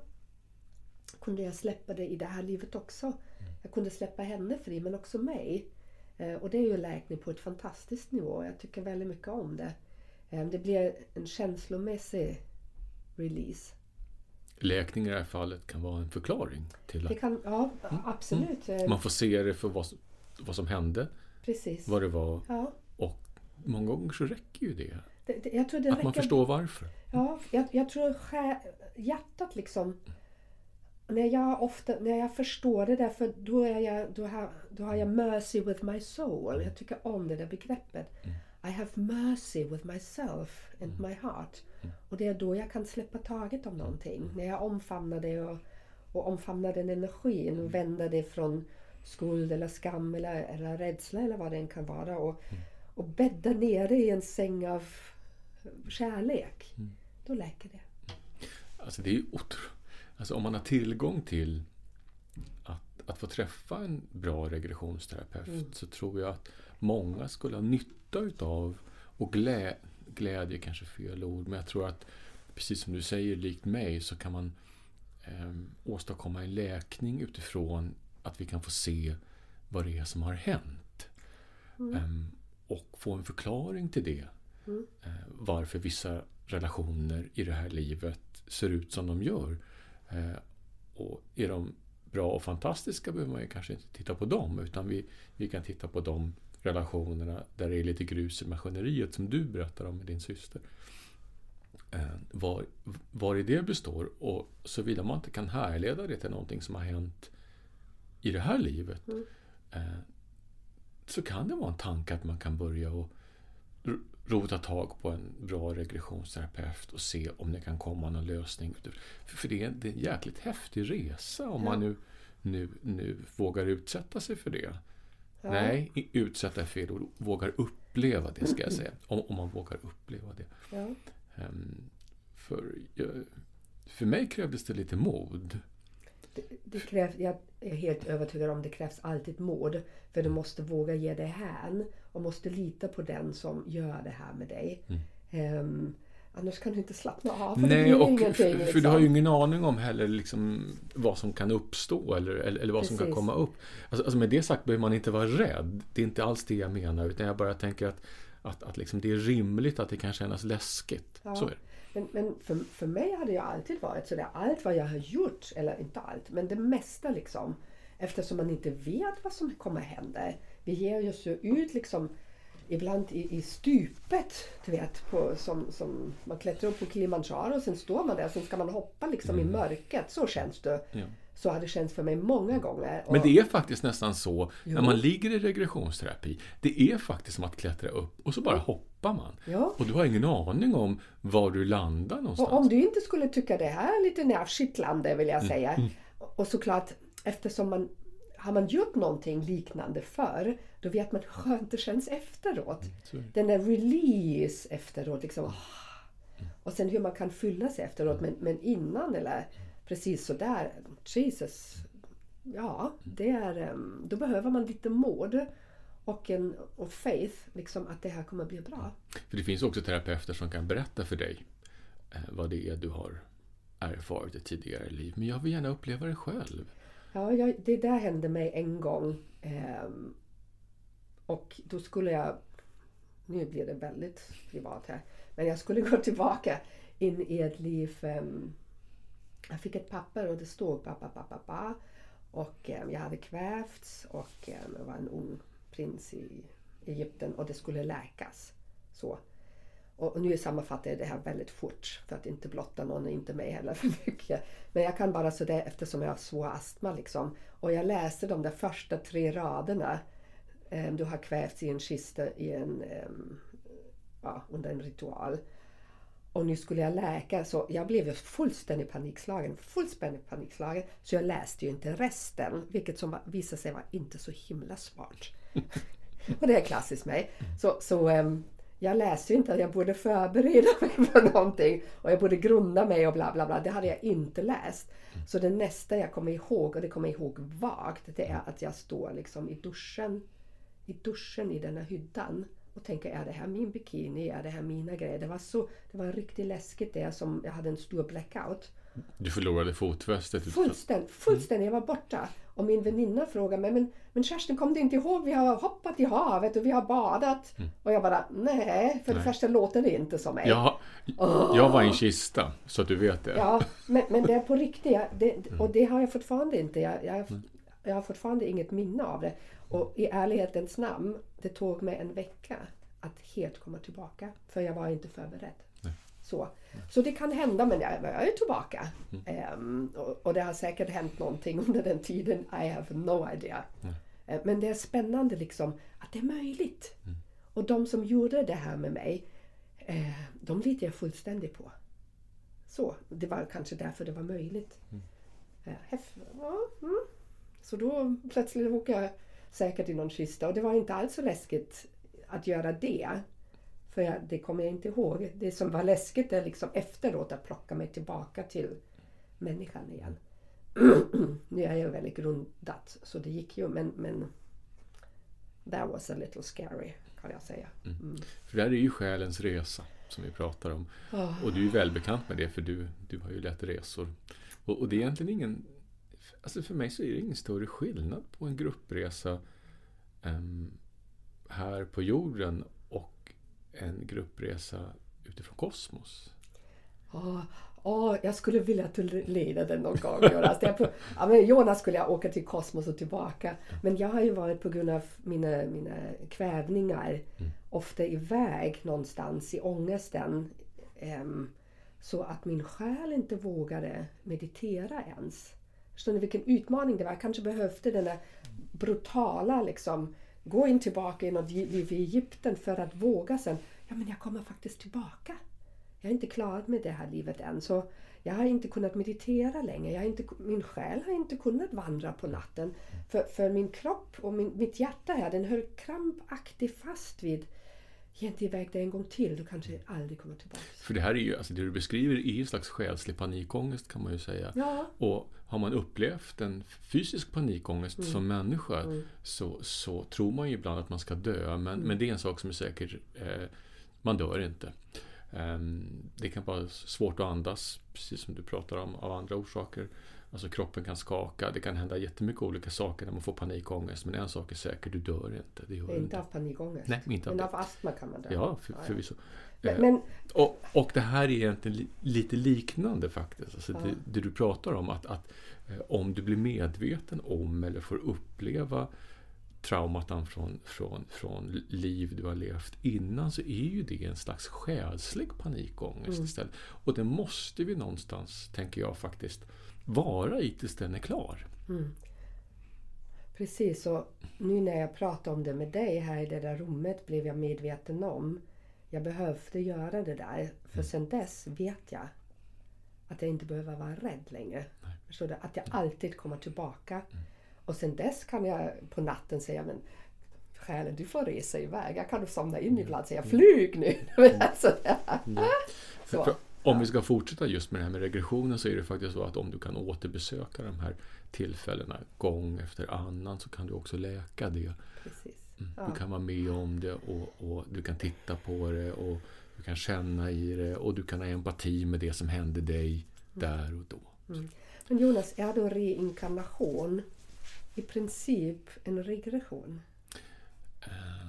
kunde jag släppa det i det här livet också. Mm. Jag kunde släppa henne fri men också mig. Uh, och det är ju läkning på ett fantastiskt nivå. Jag tycker väldigt mycket om det. Um, det blir en känslomässig release. Läkning i det här fallet kan vara en förklaring till att... Det kan, ja, mm. absolut. Mm. Man får se det för vad, vad som hände. Precis. Vad det var. Ja. Och många gånger så räcker ju det. det, det jag tror det att räcker, man förstår varför. Ja, jag, jag tror skär, hjärtat liksom... När jag, ofta, när jag förstår det där, för då, är jag, då, har, då har jag mercy with my soul. Jag tycker om det där begreppet. Mm. I have mercy with myself and mm. my heart. Mm. Och det är då jag kan släppa taget om någonting. Mm. När jag omfamnar det och, och omfamnar den energin och vänder det från skuld eller skam eller, eller rädsla eller vad det än kan vara. Och, mm. och bäddar ner det i en säng av kärlek. Mm. Då läker det. Alltså det är ju otro... Alltså om man har tillgång till att, att få träffa en bra regressionsterapeut mm. så tror jag att många skulle ha nytta utav och glä, glädje kanske fel ord, men jag tror att precis som du säger, likt mig, så kan man eh, åstadkomma en läkning utifrån att vi kan få se vad det är som har hänt. Mm. Eh, och få en förklaring till det. Mm. Eh, varför vissa relationer i det här livet ser ut som de gör. Eh, och är de bra och fantastiska behöver man ju kanske inte titta på dem, utan vi, vi kan titta på de relationerna där det är lite grus i maskineriet som du berättar om med din syster. Eh, var, var i det består, och såvida man inte kan härleda det till någonting som har hänt i det här livet mm. eh, så kan det vara en tanke att man kan börja och rota tag på en bra regressionsterapeut och se om det kan komma någon lösning. För, för det, är, det är en jäkligt häftig resa om ja. man nu, nu, nu vågar utsätta sig för det. Ja. Nej, utsätta är fel ord. Vågar uppleva det, ska jag säga. Om, om man vågar uppleva det. Ja. Um, för, för mig krävdes det lite mod. Det, det krävs, jag är helt övertygad om det krävs alltid mod. För du måste våga ge det här och måste lita på den som gör det här med dig. Mm. Um, annars kan du inte slappna av. För Nej, och för, för liksom. du har ju ingen aning om heller liksom vad som kan uppstå eller, eller, eller vad Precis. som kan komma upp. Alltså, alltså med det sagt behöver man inte vara rädd. Det är inte alls det jag menar, utan jag bara tänker att, att, att liksom det är rimligt att det kan kännas läskigt. Ja. Så är det. Men, men för, för mig hade jag alltid varit sådär, allt vad jag har gjort, eller inte allt, men det mesta liksom, eftersom man inte vet vad som kommer hända. Vi ger oss ju ut liksom ibland i, i stupet, du vet, på, som, som man klättrar upp på Kilimanjaro och sen står man där och sen ska man hoppa liksom mm. i mörkret. Så känns det. Ja. Så har det känts för mig många gånger. Men det är faktiskt nästan så, jo. när man ligger i regressionsterapi, det är faktiskt som att klättra upp och så bara hoppar man. Ja. Och du har ingen aning om var du landar någonstans. Och om du inte skulle tycka det här är lite nervkittlande, vill jag säga. Mm. Och såklart, eftersom man har man gjort någonting liknande för, då vet man hur skönt det känns efteråt. Mm, den där release efteråt. Liksom. Mm. Och sen hur man kan fylla sig efteråt. Men, men innan eller precis så där, Jesus, ja, det är, då behöver man lite mod och, en, och faith liksom, att det här kommer bli bra. För det finns också terapeuter som kan berätta för dig eh, vad det är du har erfarit i tidigare liv. Men jag vill gärna uppleva det själv. Ja, jag, det där hände mig en gång. Eh, och då skulle jag, nu blir det väldigt privat här, men jag skulle gå tillbaka in i ett liv. Eh, jag fick ett papper och det stod pappa, pappa, pappa. Och eh, jag hade kvävts och eh, jag var en ung prins i Egypten och det skulle läkas. Så. Och nu sammanfattar jag det här väldigt fort för att inte blotta någon, inte mig heller för mycket. Men jag kan bara så det eftersom jag har svår astma liksom. Och jag läste de där första tre raderna. Du har kvävts i en kista i en, ja, under en ritual. Och nu skulle jag läka, så jag blev ju fullständigt panikslagen. Fullständigt panikslagen. Så jag läste ju inte resten, vilket som visade sig vara inte så himla smart. Och det är klassiskt mig. Så... så um, jag läste ju inte att jag borde förbereda mig för någonting. Och jag borde grunda mig och bla bla bla. Det hade jag inte läst. Så det nästa jag kommer ihåg, och det kommer jag ihåg vagt, det är att jag står liksom i duschen. I duschen i den här hyddan. Och tänker, är det här min bikini? Är det här mina grejer? Det var så, det var riktigt läskigt det som jag hade en stor blackout. Du förlorade fotfästet. Fullständigt, fullständigt. Jag var borta. Och min väninna frågade mig, men, men Kerstin, kom du inte ihåg? Vi har hoppat i havet och vi har badat. Mm. Och jag bara, nej, för nej. Det första låter det inte som mig. Ja, oh. Jag var i en kista, så att du vet det. Ja, men, men det är på riktigt. Det, och det har jag fortfarande inte. Jag, jag, jag har fortfarande inget minne av det. Och i ärlighetens namn, det tog mig en vecka att helt komma tillbaka. För jag var inte förberedd. Nej. Så. Så det kan hända, men jag är ju tillbaka. Mm. Um, och, och det har säkert hänt någonting under den tiden. I have no idea. Mm. Uh, men det är spännande liksom att det är möjligt. Mm. Och de som gjorde det här med mig, uh, de litar jag fullständigt på. Så, det var kanske därför det var möjligt. Mm. Uh, hef, ja, mm. Så då plötsligt åker jag säkert i någon kista. Och det var inte alls så läskigt att göra det. För jag, det kommer jag inte ihåg. Det som var läskigt är liksom efteråt att plocka mig tillbaka till människan igen. Nu är jag väldigt grundat, så det gick ju. Men, men that was a little scary, kan jag säga. Mm. Mm. För det här är ju själens resa som vi pratar om. Oh. Och du är välbekant med det, för du, du har ju lätt resor. Och, och det är egentligen ingen... Alltså för mig så är det ingen större skillnad på en gruppresa um, här på jorden och en gruppresa utifrån kosmos. Åh, åh, jag skulle vilja att du leder den någon gång, Jonas. Det är på, ja, men Jonas skulle jag åka till kosmos och tillbaka. Men jag har ju varit på grund av mina, mina kvävningar mm. ofta iväg någonstans i ångesten. Um, så att min själ inte vågade meditera ens. Förstår ni vilken utmaning det var? Jag kanske behövde den där brutala liksom, gå in tillbaka i något liv i Egypten för att våga sen. Ja, men jag kommer faktiskt tillbaka. Jag är inte klar med det här livet än. Så jag har inte kunnat meditera längre. Jag har inte, min själ har inte kunnat vandra på natten. För, för min kropp och min, mitt hjärta här, den höll krampaktigt fast vid. Ge inte iväg det en gång till, du kanske aldrig kommer tillbaka. För det här är ju, alltså det du beskriver är ju en slags själslig panikångest, kan man ju säga. Ja. Och har man upplevt en fysisk panikångest mm. som människa mm. så, så tror man ju ibland att man ska dö. Men, mm. men det är en sak som är säker, eh, man dör inte. Um, det kan vara svårt att andas, precis som du pratar om, av andra orsaker. Alltså kroppen kan skaka, det kan hända jättemycket olika saker när man får panikångest, men en sak är säker, du dör inte. Det gör inte inte av panikångest. Nej, inte av men det. av astma kan man dö. Ja, för, förvisso. Men, men, och, och det här är egentligen li, lite liknande faktiskt. Alltså ja. det, det du pratar om, att, att eh, om du blir medveten om eller får uppleva traumatan från, från, från liv du har levt innan, så är ju det en slags själslig panikångest Mm. istället. Och det måste vi någonstans, tänker jag faktiskt, vara i tills den är klar. Mm. Precis, och nu när jag pratar om det med dig här i det där rummet blev jag medveten om jag behövde göra det där. För Mm. sen dess vet jag att jag inte behöver vara rädd längre. Nej. Förstår du? Att jag alltid kommer tillbaka. Mm. Och sen dess kan jag på natten säga, men själen, du får resa iväg. Jag kan somna in ibland och säga, flyg nu. Så där. Mm. För, för, om vi ska fortsätta just med det här med regressionen, så är det faktiskt så att om du kan återbesöka de här tillfällena gång efter annan, så kan du också läka det. Precis. Mm. Ja. Du kan vara med om det, och, och du kan titta på det, och du kan känna i det, och du kan ha empati med det som hände dig där och då. Mm. Men Jonas, är då reinkarnation i princip en regression? Uh,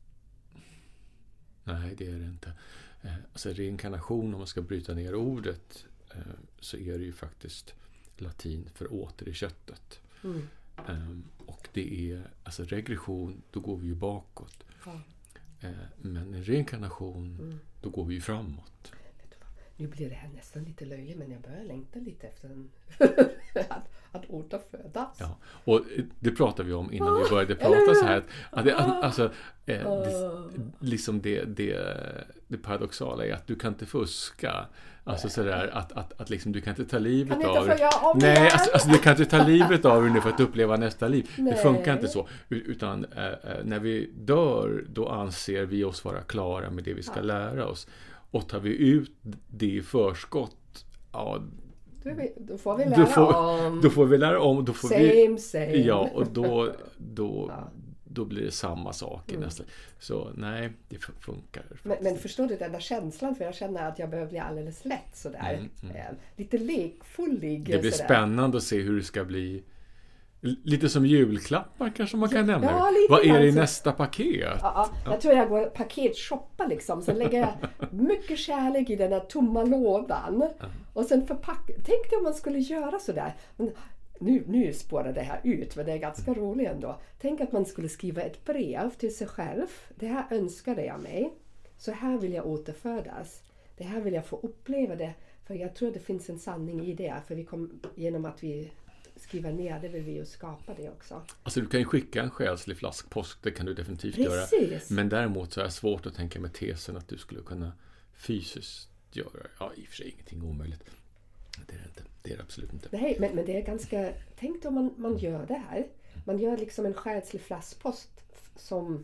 nej, det är det inte. Uh, alltså reinkarnation, om man ska bryta ner ordet, uh, så är det ju faktiskt latin för åter i köttet. Mm. Um, och det är, alltså regression, då går vi ju bakåt. Ja. Uh, men en reinkarnation, Mm. då går vi ju framåt. Vet du vad? Nu blir det här nästan lite löjligt, men jag börjar längta lite efter en att, att återfödas. Ja, och det pratade vi om innan vi började prata så här. Att, att det, alltså, eh, det, liksom det, det, det paradoxala är att du kan inte fuska. Alltså sådär att, att, att liksom, du kan inte ta livet Kan inte av följa om Nej, igen? alltså, alltså du kan inte ta livet av dig nu för att uppleva nästa liv. Nej. Det funkar inte så. Utan eh, när vi dör, då anser vi oss vara klara med det vi ska Ja. lära oss. Och tar vi ut det i förskott, ja, Då, vi, då får vi lära då får, om. då får vi lära om. Då får same, vi, same. Ja, och då, då, Ja. då blir det samma sak i Mm. nästa. Så nej, det funkar. Men, men förstår du den där känslan? För jag känner att jag behöver bli alldeles lätt sådär. Mm, mm. Eh, Lite lekfullig. Det blir sådär. spännande att se hur det ska bli. L- Lite som julklappar kanske man kan Ja, nämna. ja, lite Vad är det i grann så. nästa paket? Ja, ja. Jag tror jag går paketshoppa liksom. Sen lägger jag mycket kärlek i den här tomma lådan. Och sen förpacka. Tänk dig om man skulle göra sådär. Men nu, nu spårar det här ut, men det är ganska roligt ändå. Tänk att man skulle skriva ett brev till sig själv. Det här önskade jag mig. Så här vill jag återfödas. Det här vill jag få uppleva det. För jag tror det finns en sanning i det. För vi kom, genom att vi skriver ner det vill vi ju skapa det också. Alltså du kan ju skicka en själslig flaskpost, det kan du definitivt Precis. göra. Men däremot så är det svårt att tänka med tesen att du skulle kunna fysiskt göra. Ja, i och för sig ingenting omöjligt. Det är det inte. Det är det absolut inte. Nej, men, men det är ganska... Tänk om man, man gör det här. Man gör liksom en själslig flaskpost som...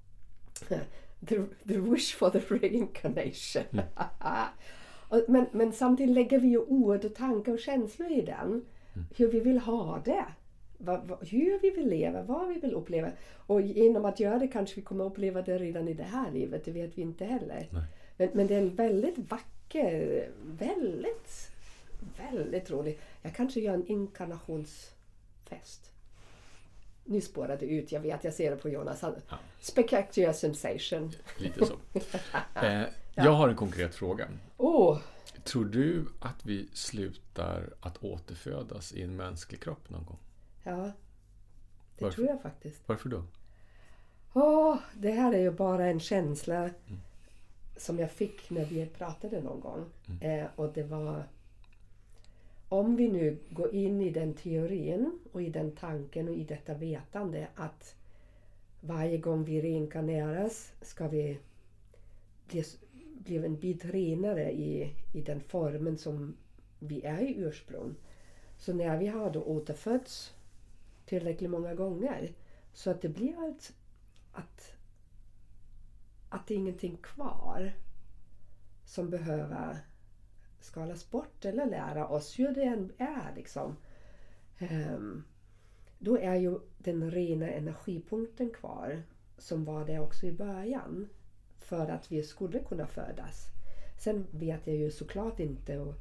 The, the wish for the reincarnation. Mm. Och, men, men samtidigt lägger vi ju ord och tankar och känslor i den. Mm. Hur vi vill ha det. Va, va, hur vi vill leva, vad vi vill uppleva. Och genom att göra det kanske vi kommer att uppleva det redan i det här livet. Det vet vi inte heller. Nej. Men, men det är en väldigt vacker, väldigt, väldigt rolig. Jag kanske gör en inkarnationsfest. Nu spårar det ut, jag vet, jag ser det på Jonas. Han, Ja. Spectacular sensation. Lite så. Eh, jag har en konkret fråga. Åh, oh, Tror du att vi slutar att återfödas i en mänsklig kropp någon gång? ja. Det Varför? tror jag faktiskt. Varför då? Åh, det här är ju bara en känsla som jag fick när vi pratade någon gång. Mm. Eh, och det var... Om vi nu går in i den teorin och i den tanken och i detta vetande att varje gång vi reinkarneras ska vi bli, bli en bit renare i, i den formen som vi är i ursprung. Så när vi har då återfötts tillräckligt många gånger så att det blir allt att, att det är ingenting kvar som behöver skalas bort eller lära oss hur det än är liksom. Um, då är ju den rena energipunkten kvar som var det också i början för att vi skulle kunna födas. Sen vet jag ju såklart inte och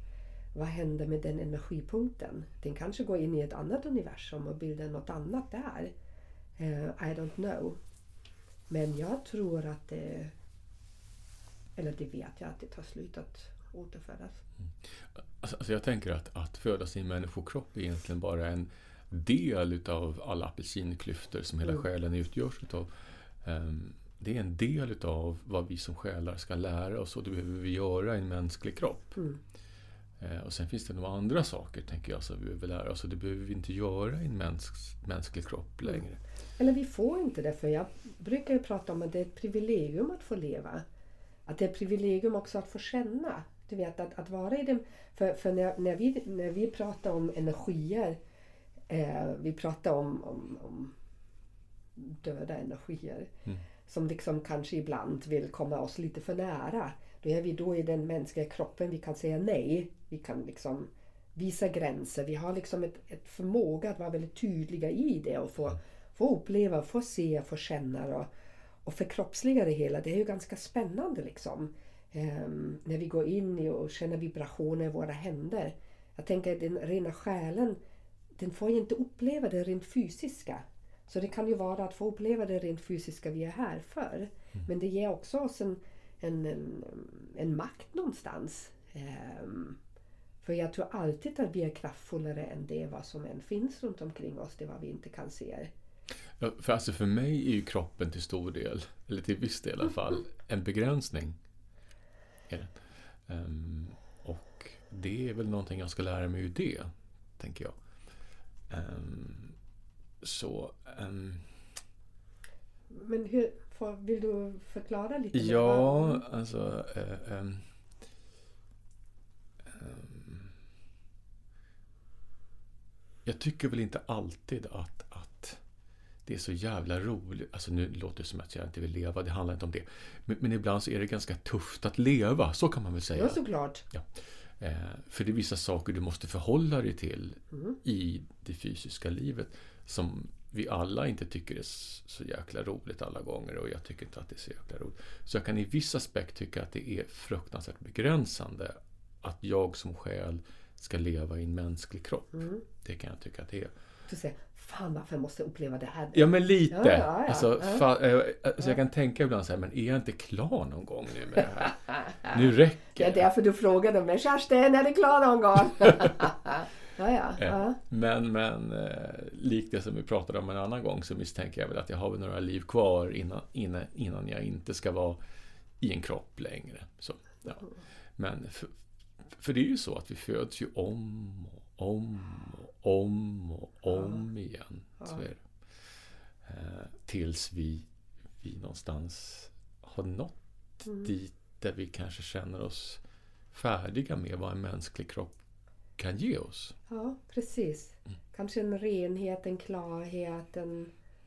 vad händer med den energipunkten? Den kanske går in i ett annat universum och bildar något annat där. Uh, I don't know. Men jag tror att det, eller det vet jag, att det tar slut att återfödas. Mm. Alltså jag tänker att, att födas i en människokropp är egentligen bara en del utav alla apelsinklyftor som hela mm. själen utgörs utav. Um, det är en del utav vad vi som själar ska lära oss, och det behöver vi göra i en mänsklig kropp. Mm. Uh, och sen finns det nog andra saker, tänker jag, som vi behöver lära oss, och det behöver vi inte göra i en mäns- mänsklig kropp längre. Mm. Eller vi får inte det, för jag brukar ju prata om att det är ett privilegium att få leva. Att det är ett privilegium också att få känna. Du vet, att, att vara i dem. För, för när, när, vi, när vi pratar om energier, eh, vi pratar om, om, om döda energier. Mm. Som liksom kanske ibland vill komma oss lite för nära. Då är vi då i den mänskliga kroppen, vi kan säga nej. Vi kan liksom visa gränser. Vi har liksom ett, ett förmåga att vara väldigt tydliga i det och få, få uppleva, få se, få känna och, och förkroppsliga det hela. Det är ju ganska spännande liksom. Um, när vi går in i och känner vibrationer i våra händer. Jag tänker att den rena själen, den får ju inte uppleva det rent fysiska. Så det kan ju vara att få uppleva det rent fysiska vi är här för. Mm. Men det ger också oss en, en, en, en makt någonstans. Um, för jag tror alltid att vi är kraftfullare än det vad som än finns runt omkring oss. Det vad vi inte kan se. Ja, för, alltså för mig är ju kroppen till stor del, eller till viss del i alla fall, en begränsning. Um, och det är väl någonting jag ska lära mig ur det, tänker jag. Um, så um, Men hur, för, vill du förklara lite? Ja, mer? alltså uh, um, um, jag tycker väl inte alltid att, att det är så jävla roligt. Alltså nu låter det som att jag inte vill leva. Det handlar inte om det. Men, men ibland så är det ganska tufft att leva. Så kan man väl säga. Ja, såklart. Ja. Eh, för det är vissa saker du måste förhålla dig till mm. i det fysiska livet. Som vi alla inte tycker är så jäkla roligt alla gånger. Och jag tycker inte att det är så jäkla roligt. Så jag kan i viss aspekt tycka att det är fruktansvärt begränsande. Att jag som själ ska leva i en mänsklig kropp. Mm. Det kan jag tycka att det är. Du säger, fan varför jag måste uppleva det här? Ja, men lite. Ja, ja, ja. Alltså, ja. Fa, äh, alltså jag kan tänka ibland så här, men är jag inte klar någon gång nu med det här? Nu räcker det. är därför du frågade mig, Kerstin, är det klar någon gång? ja, ja, ja. Men, men äh, likt det som vi pratade om en annan gång, så misstänker jag väl att jag har väl några liv kvar innan, innan, innan jag inte ska vara i en kropp längre. Så, ja. Men för, för det är ju så att vi föds ju om och om och om och om ja. igen. Så är det. Eh, tills vi, vi någonstans har nått mm. dit där vi kanske känner oss färdiga med vad en mänsklig kropp kan ge oss. Ja, precis. Mm. Kanske en renhet, en klarhet, en...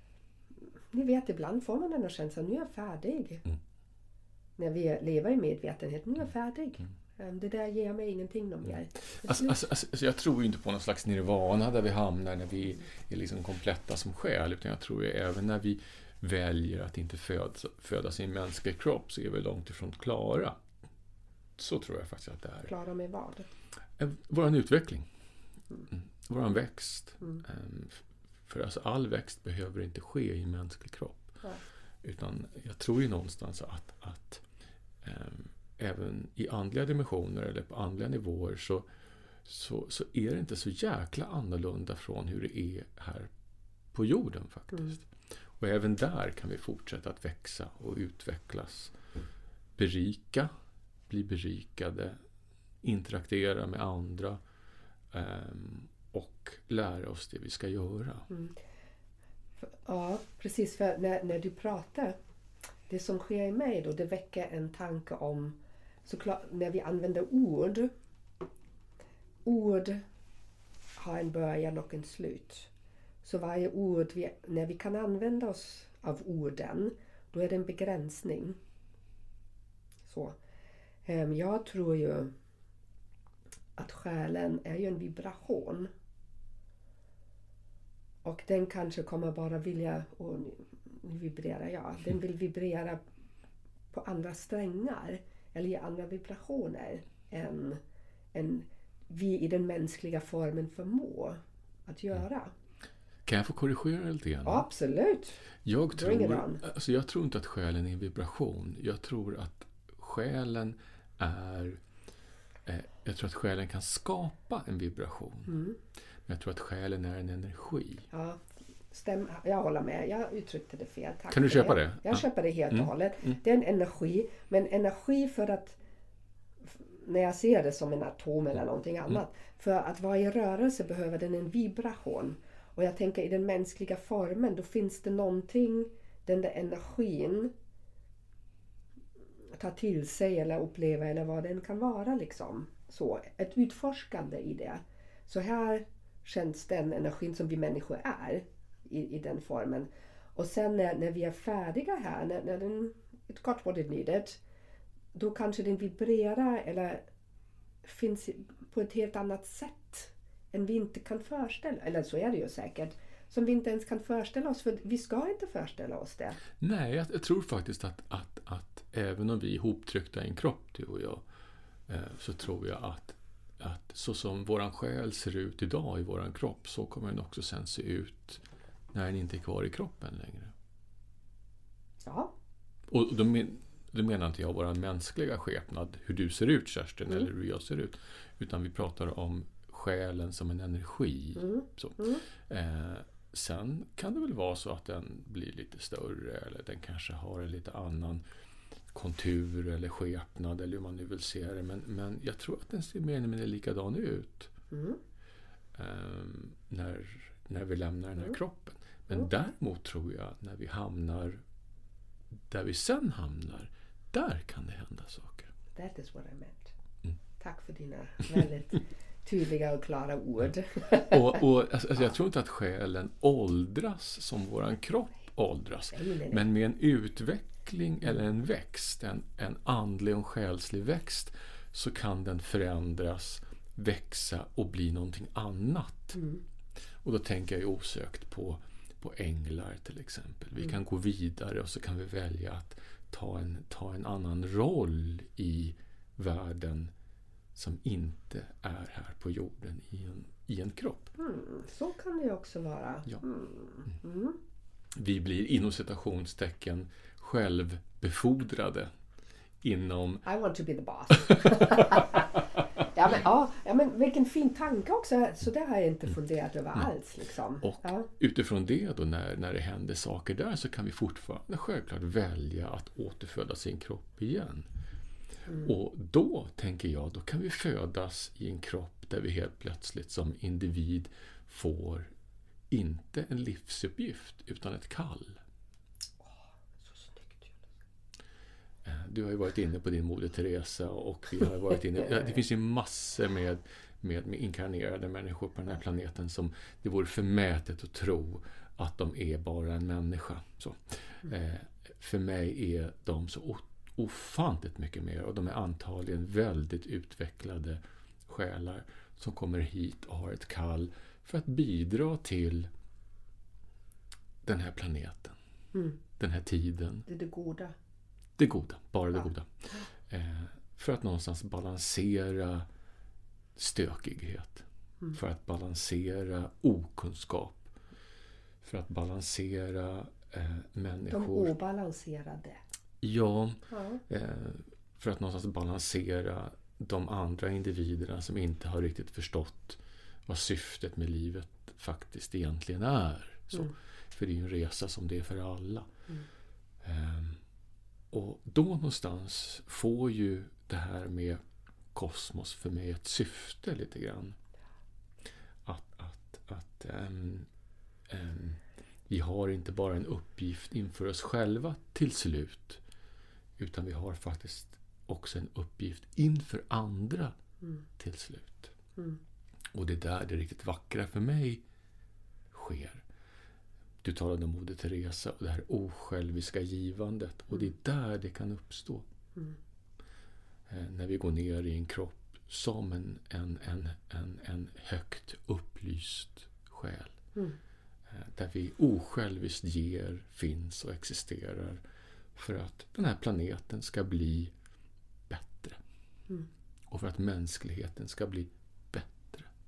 Ni vet, ibland får man den här känslan, nu är jag färdig. Mm. När vi lever i medvetenhet, nu är jag färdig. Mm. Det där ger mig ingenting om mer. Alltså, alltså, alltså, jag tror ju inte på någon slags nirvana där vi hamnar när vi är liksom kompletta som själ, utan jag tror ju även när vi väljer att inte födas, födas i en mänsklig kropp så är vi långt ifrån klara. Så tror jag faktiskt att det är. Klara med vad? Våran utveckling. Mm. Våran växt. Mm. För alltså all växt behöver inte ske i en mänsklig kropp. Ja. Utan jag tror ju någonstans att, att um, även i andliga dimensioner eller på andliga nivåer så, så, så är det inte så jäkla annorlunda från hur det är här på jorden faktiskt. Mm. Och även där kan vi fortsätta att växa och utvecklas. Berika, bli berikade, interagera med andra um, och lära oss det vi ska göra. Mm. Ja, precis. För när, när du pratar, det som sker i mig då, det väcker en tanke om, såklart, när vi använder ord. Ord har en början och en slut. Så varje ord, vi, när vi kan använda oss av orden, då är det en begränsning. Så. Jag tror ju att själen är ju en vibration. Och den kanske kommer bara vilja, och nu vibrerar jag, den vill vibrera på andra strängar eller ge andra vibrationer än, än vi i den mänskliga formen förmår att göra. Kan jag få korrigera lite grann? Ja, absolut. Jag Bring it tror, on. alltså jag tror inte att själen är en vibration. Jag tror att själen är... Eh, jag tror att själen kan skapa en vibration. Mm. Men jag tror att själen är en energi. Ja, stäm, jag håller med. Jag uttryckte det fel. Tack Kan du för köpa det? det? Jag Ja. köper det helt och Mm. hållet. Mm. Det är en energi. Men energi för att... När jag ser det som en atom eller någonting annat. För att vara i rörelse behöver den en vibration. Och jag tänker i den mänskliga formen, då finns det någonting, den där energin ta till sig eller uppleva eller vad den kan vara liksom. Så, ett utforskande i det. Så här känns den energin som vi människor är i, i den formen. Och sen när, när vi är färdiga här, när, när den it got what it needed, då kanske den vibrerar eller finns på ett helt annat sätt än vi inte kan föreställa. Eller så är det ju säkert. Som vi inte ens kan föreställa oss. För vi ska inte föreställa oss det. Nej, jag, jag tror faktiskt att, att, att även om vi är ihoptryckta i en kropp, du och jag, eh, så tror jag att, att så som våran själ ser ut idag i våran kropp, så kommer den också sen se ut när den inte är kvar i kroppen längre. Ja. Och då, men, då menar inte jag våran mänskliga skepnad, hur du ser ut, Kerstin, Mm. eller hur jag ser ut. Utan vi pratar om själen som en energi. Mm. Så. Mm. Eh, sen kan det väl vara så att den blir lite större, eller den kanske har en lite annan kontur eller skepnad, eller hur man nu vill se det. Men, men jag tror att den ser mer eller mindre likadan ut Mm. eh, när, när vi lämnar den här Mm. kroppen. Men Mm. däremot tror jag att när vi hamnar där vi sen hamnar, där kan det hända saker. That is what I meant. Mm. Tack för dina väldigt tydliga och klara ord. Och, och alltså, jag tror inte att själen åldras som våran kropp åldras. Nej, nej, nej. Men med en utveckling eller en växt, en, en andlig och själslig växt, så kan den förändras, växa och bli någonting annat. Mm. Och då tänker jag ju osökt på, på änglar till exempel. Vi Mm. kan gå vidare och så kan vi välja att ta en, ta en annan roll i världen som inte är här på jorden i en, i en kropp. Mm. Så kan det ju också vara. Ja. Mm. Mm. Vi blir inom citationstecken självbefordrade inom... I want to be the boss. ja, men, ja, ja, men vilken fin tanke också. Så det har jag inte funderat över alls. Liksom. Och Ja. utifrån det då, när, när det händer saker där, så kan vi fortfarande självklart välja att återföda sin kropp igen. Mm. Och då, tänker jag, då kan vi födas i en kropp där vi helt plötsligt som individ får inte en livsuppgift utan ett kall. Så snyggt. Du har ju varit inne på din moder Teresa, och vi har varit inne, ja, det finns ju massor med, med, med inkarnerade människor på den här planeten som det vore förmätet att tro att de är bara en människa. Så, eh, för mig är de så o- ofantligt mycket mer, och de är antagligen väldigt utvecklade själar som kommer hit och har ett kall för att bidra till den här planeten, Mm. den här tiden. Det är det goda. Det goda, bara det Ja. goda. Eh, för att någonstans balansera stökighet. Mm. För att balansera okunskap. För att balansera eh, De människor. obalanserade. Ja, Ja. eh, för att någonstans balansera de andra individerna som inte har riktigt förstått vad syftet med livet faktiskt egentligen är. Så, Mm. För det är ju en resa som det är för alla. Mm. Eh, Och då någonstans får ju det här med kosmos för mig ett syfte lite grann. Att, att, att um, um, vi har inte bara en uppgift inför oss själva till slut, utan vi har faktiskt också en uppgift inför andra Mm. till slut. Mm. Och det är där det riktigt vackra för mig sker. Du talade om moder Teresa och det här osjälviska givandet. Och det är där det kan uppstå. Mm. Eh, när vi går ner i en kropp som en, en, en, en, en högt upplyst själ. Mm. Eh, där vi osjälviskt ger, finns och existerar. För att den här planeten ska bli bättre. Mm. Och för att mänskligheten ska bli bättre.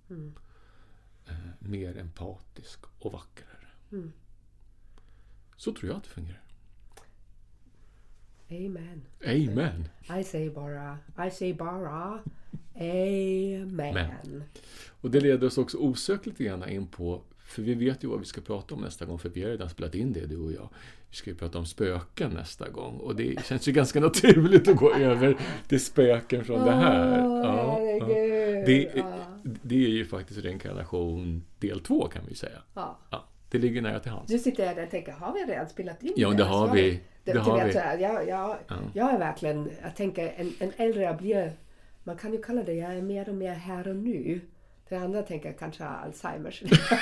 Mm. Eh, mer empatisk och vackrare. Mm. Så tror jag att det fungerar. Amen. Amen. I say bara, I say bara, amen. Men. Och det leder oss också osökt lite grann in på, för vi vet ju vad vi ska prata om nästa gång, för vi har redan spelat in det, du och jag. Vi ska ju prata om spöken nästa gång, och det känns ju ganska naturligt att gå över till spöken från det här. Ja, ja. Det, det är ju faktiskt reinkarnation del två, kan vi säga. Ja. Ja, det ligger nära till hands. Nu sitter jag där och tänker, har vi redan spelat in ja, det? Ja, det har vi. Det, det har vet, vi. Så här, jag, jag, ja. jag är verkligen, jag tänker, en, en äldre jag blir, man kan ju kalla det, jag är mer och mer här och nu. Det andra tänker jag kanske Alzheimers.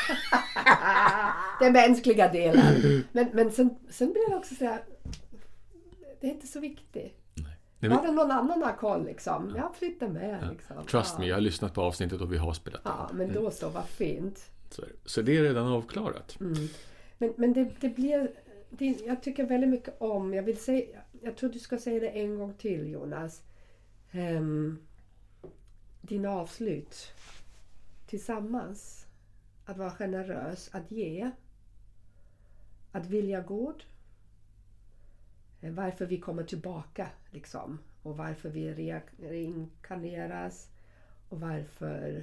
Den mänskliga delen. Men, men sen, sen blir det också så här, det är inte så viktigt. Nej. Nej, men, bara någon annan har koll liksom. Ja. Jag flyttar med ja. liksom. Trust ja. me, jag har lyssnat på avsnittet och vi har spelat ja, in. Men då så, vad fint. Så, så det är redan avklarat. Mm. Men, men det, det blir, det, jag tycker väldigt mycket om, jag vill säga, jag tror du ska säga det en gång till, Jonas. Um, din avslut. Tillsammans. Att vara generös, att ge. Att vilja god. Varför vi kommer tillbaka liksom. Och varför vi re- reinkarneras. Och varför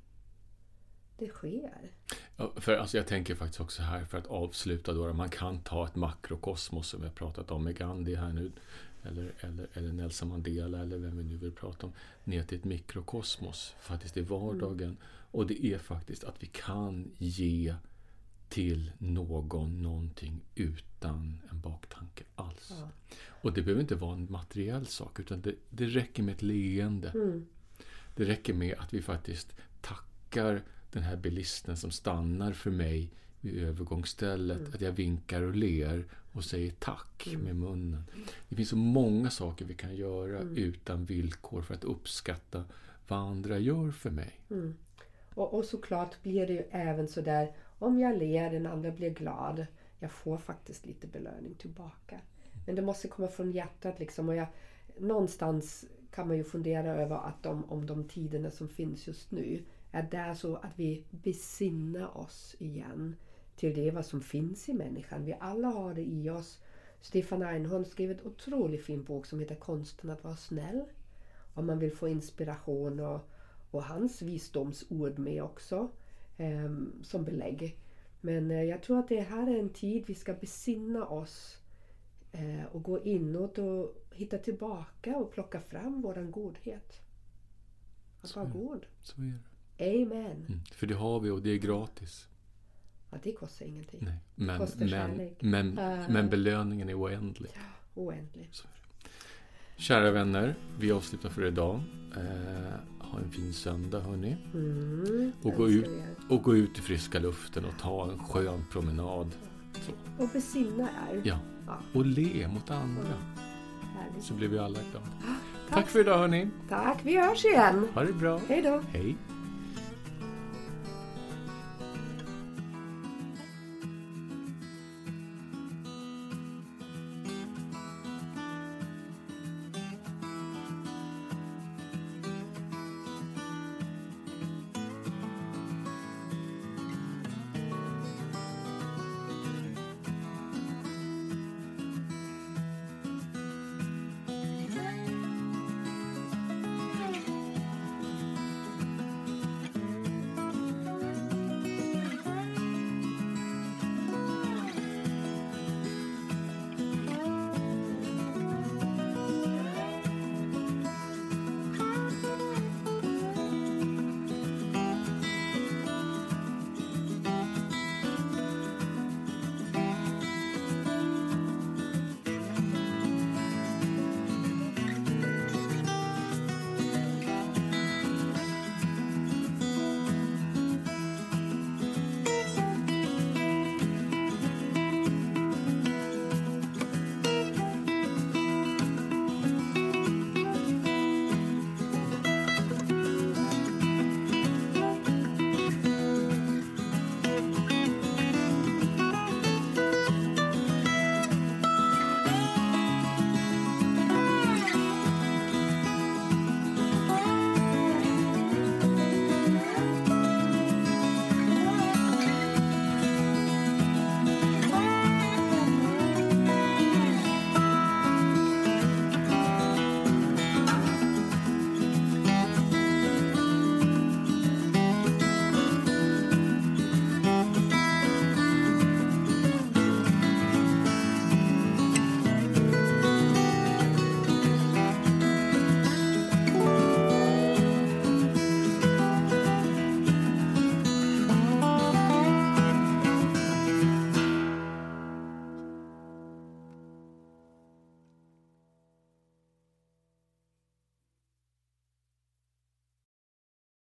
det sker. Ja, för alltså jag tänker faktiskt också här, för att avsluta då, man kan ta ett makrokosmos som vi har pratat om med Gandhi här nu, eller, eller, eller Nelson Mandela, eller vem vi nu vill prata om, ner till ett mikrokosmos faktiskt i vardagen. Mm. Och det är faktiskt att vi kan ge till någon någonting utan en baktanke alls. Ja. Och det behöver inte vara en materiell sak, utan det, det räcker med ett leende. Mm. Det räcker med att vi faktiskt tackar den här bilisten som stannar för mig vid övergångsstället, mm. att jag vinkar och ler och säger tack mm. med munnen. Det finns så många saker vi kan göra mm. utan villkor för att uppskatta vad andra gör för mig. Mm. Och, och såklart blir det ju även så där, om jag ler, den andra blir glad, jag får faktiskt lite belöning tillbaka. Men det måste komma från hjärtat liksom, och jag, någonstans kan man ju fundera över att de, om de tiderna som finns just nu är där så att vi besinnar oss igen till det vad som finns i människan. Vi alla har det i oss. Stefan Einhorn skrev ett otroligt fin bok som heter Konsten att vara snäll. Om man vill få inspiration och, och hans visdomsord med också eh, som belägg. Men eh, jag tror att det här är en tid vi ska besinna oss eh, och gå inåt och hitta tillbaka och plocka fram våran godhet. Att så vara är, god. Så är det. Amen. Mm, för det har vi och det är gratis. Ja, det kostar ingenting. Nej, men, kostar men, kärlek. men, uh, men belöningen är oändlig. Ja, oändlig. Så är det. Kära vänner, vi avslutar för idag. Eh, ha en fin söndag, hörni. Mm, och, gå ut, och gå ut i friska luften och ta en skön promenad. Så. Och besinna er. Ja. ja, och le mot andra. Härligt. Så blir vi alla glada. Tack. Tack för idag, hörni. Tack, vi hörs igen. Ha det bra. Hej då. Hej.